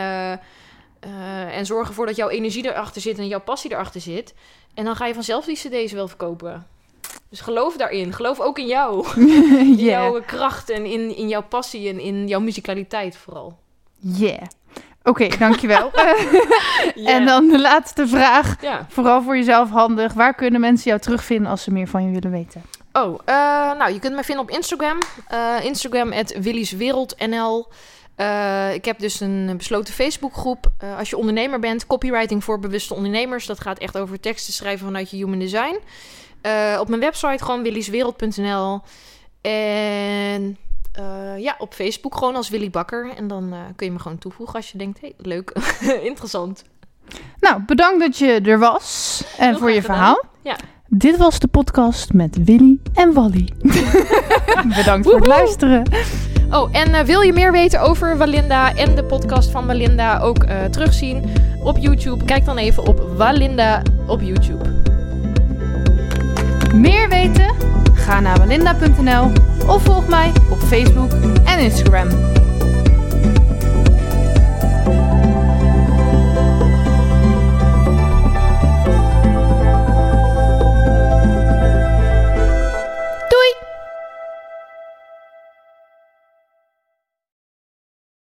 En zorg ervoor dat jouw energie erachter zit en jouw passie erachter zit. En dan ga je vanzelf die cd's wel verkopen. Dus geloof daarin. Geloof ook in jou. In jouw kracht en in jouw passie en in jouw muzikaliteit vooral. Yeah. Oké, dankjewel. En dan de laatste vraag. Ja. Vooral voor jezelf handig. Waar kunnen mensen jou terugvinden als ze meer van je willen weten? Je kunt mij vinden op Instagram. Instagram @willyswereldnl. Ik heb dus een besloten Facebookgroep. Als je ondernemer bent, copywriting voor bewuste ondernemers. Dat gaat echt over teksten schrijven vanuit je human design. Op mijn website gewoon willyswereld.nl. En op Facebook gewoon als Willy Bakker. En dan kun je me gewoon toevoegen als je denkt, hey, leuk, interessant. Nou, bedankt dat je er was. En heel voor je verhaal. Ja. Dit was de podcast met Willy en Wally. Bedankt voor het luisteren. En wil je meer weten over Walinda en de podcast van Walinda ook terugzien op YouTube? Kijk dan even op Walinda op YouTube. Meer weten? Ga naar walinda.nl of volg mij op Facebook en Instagram.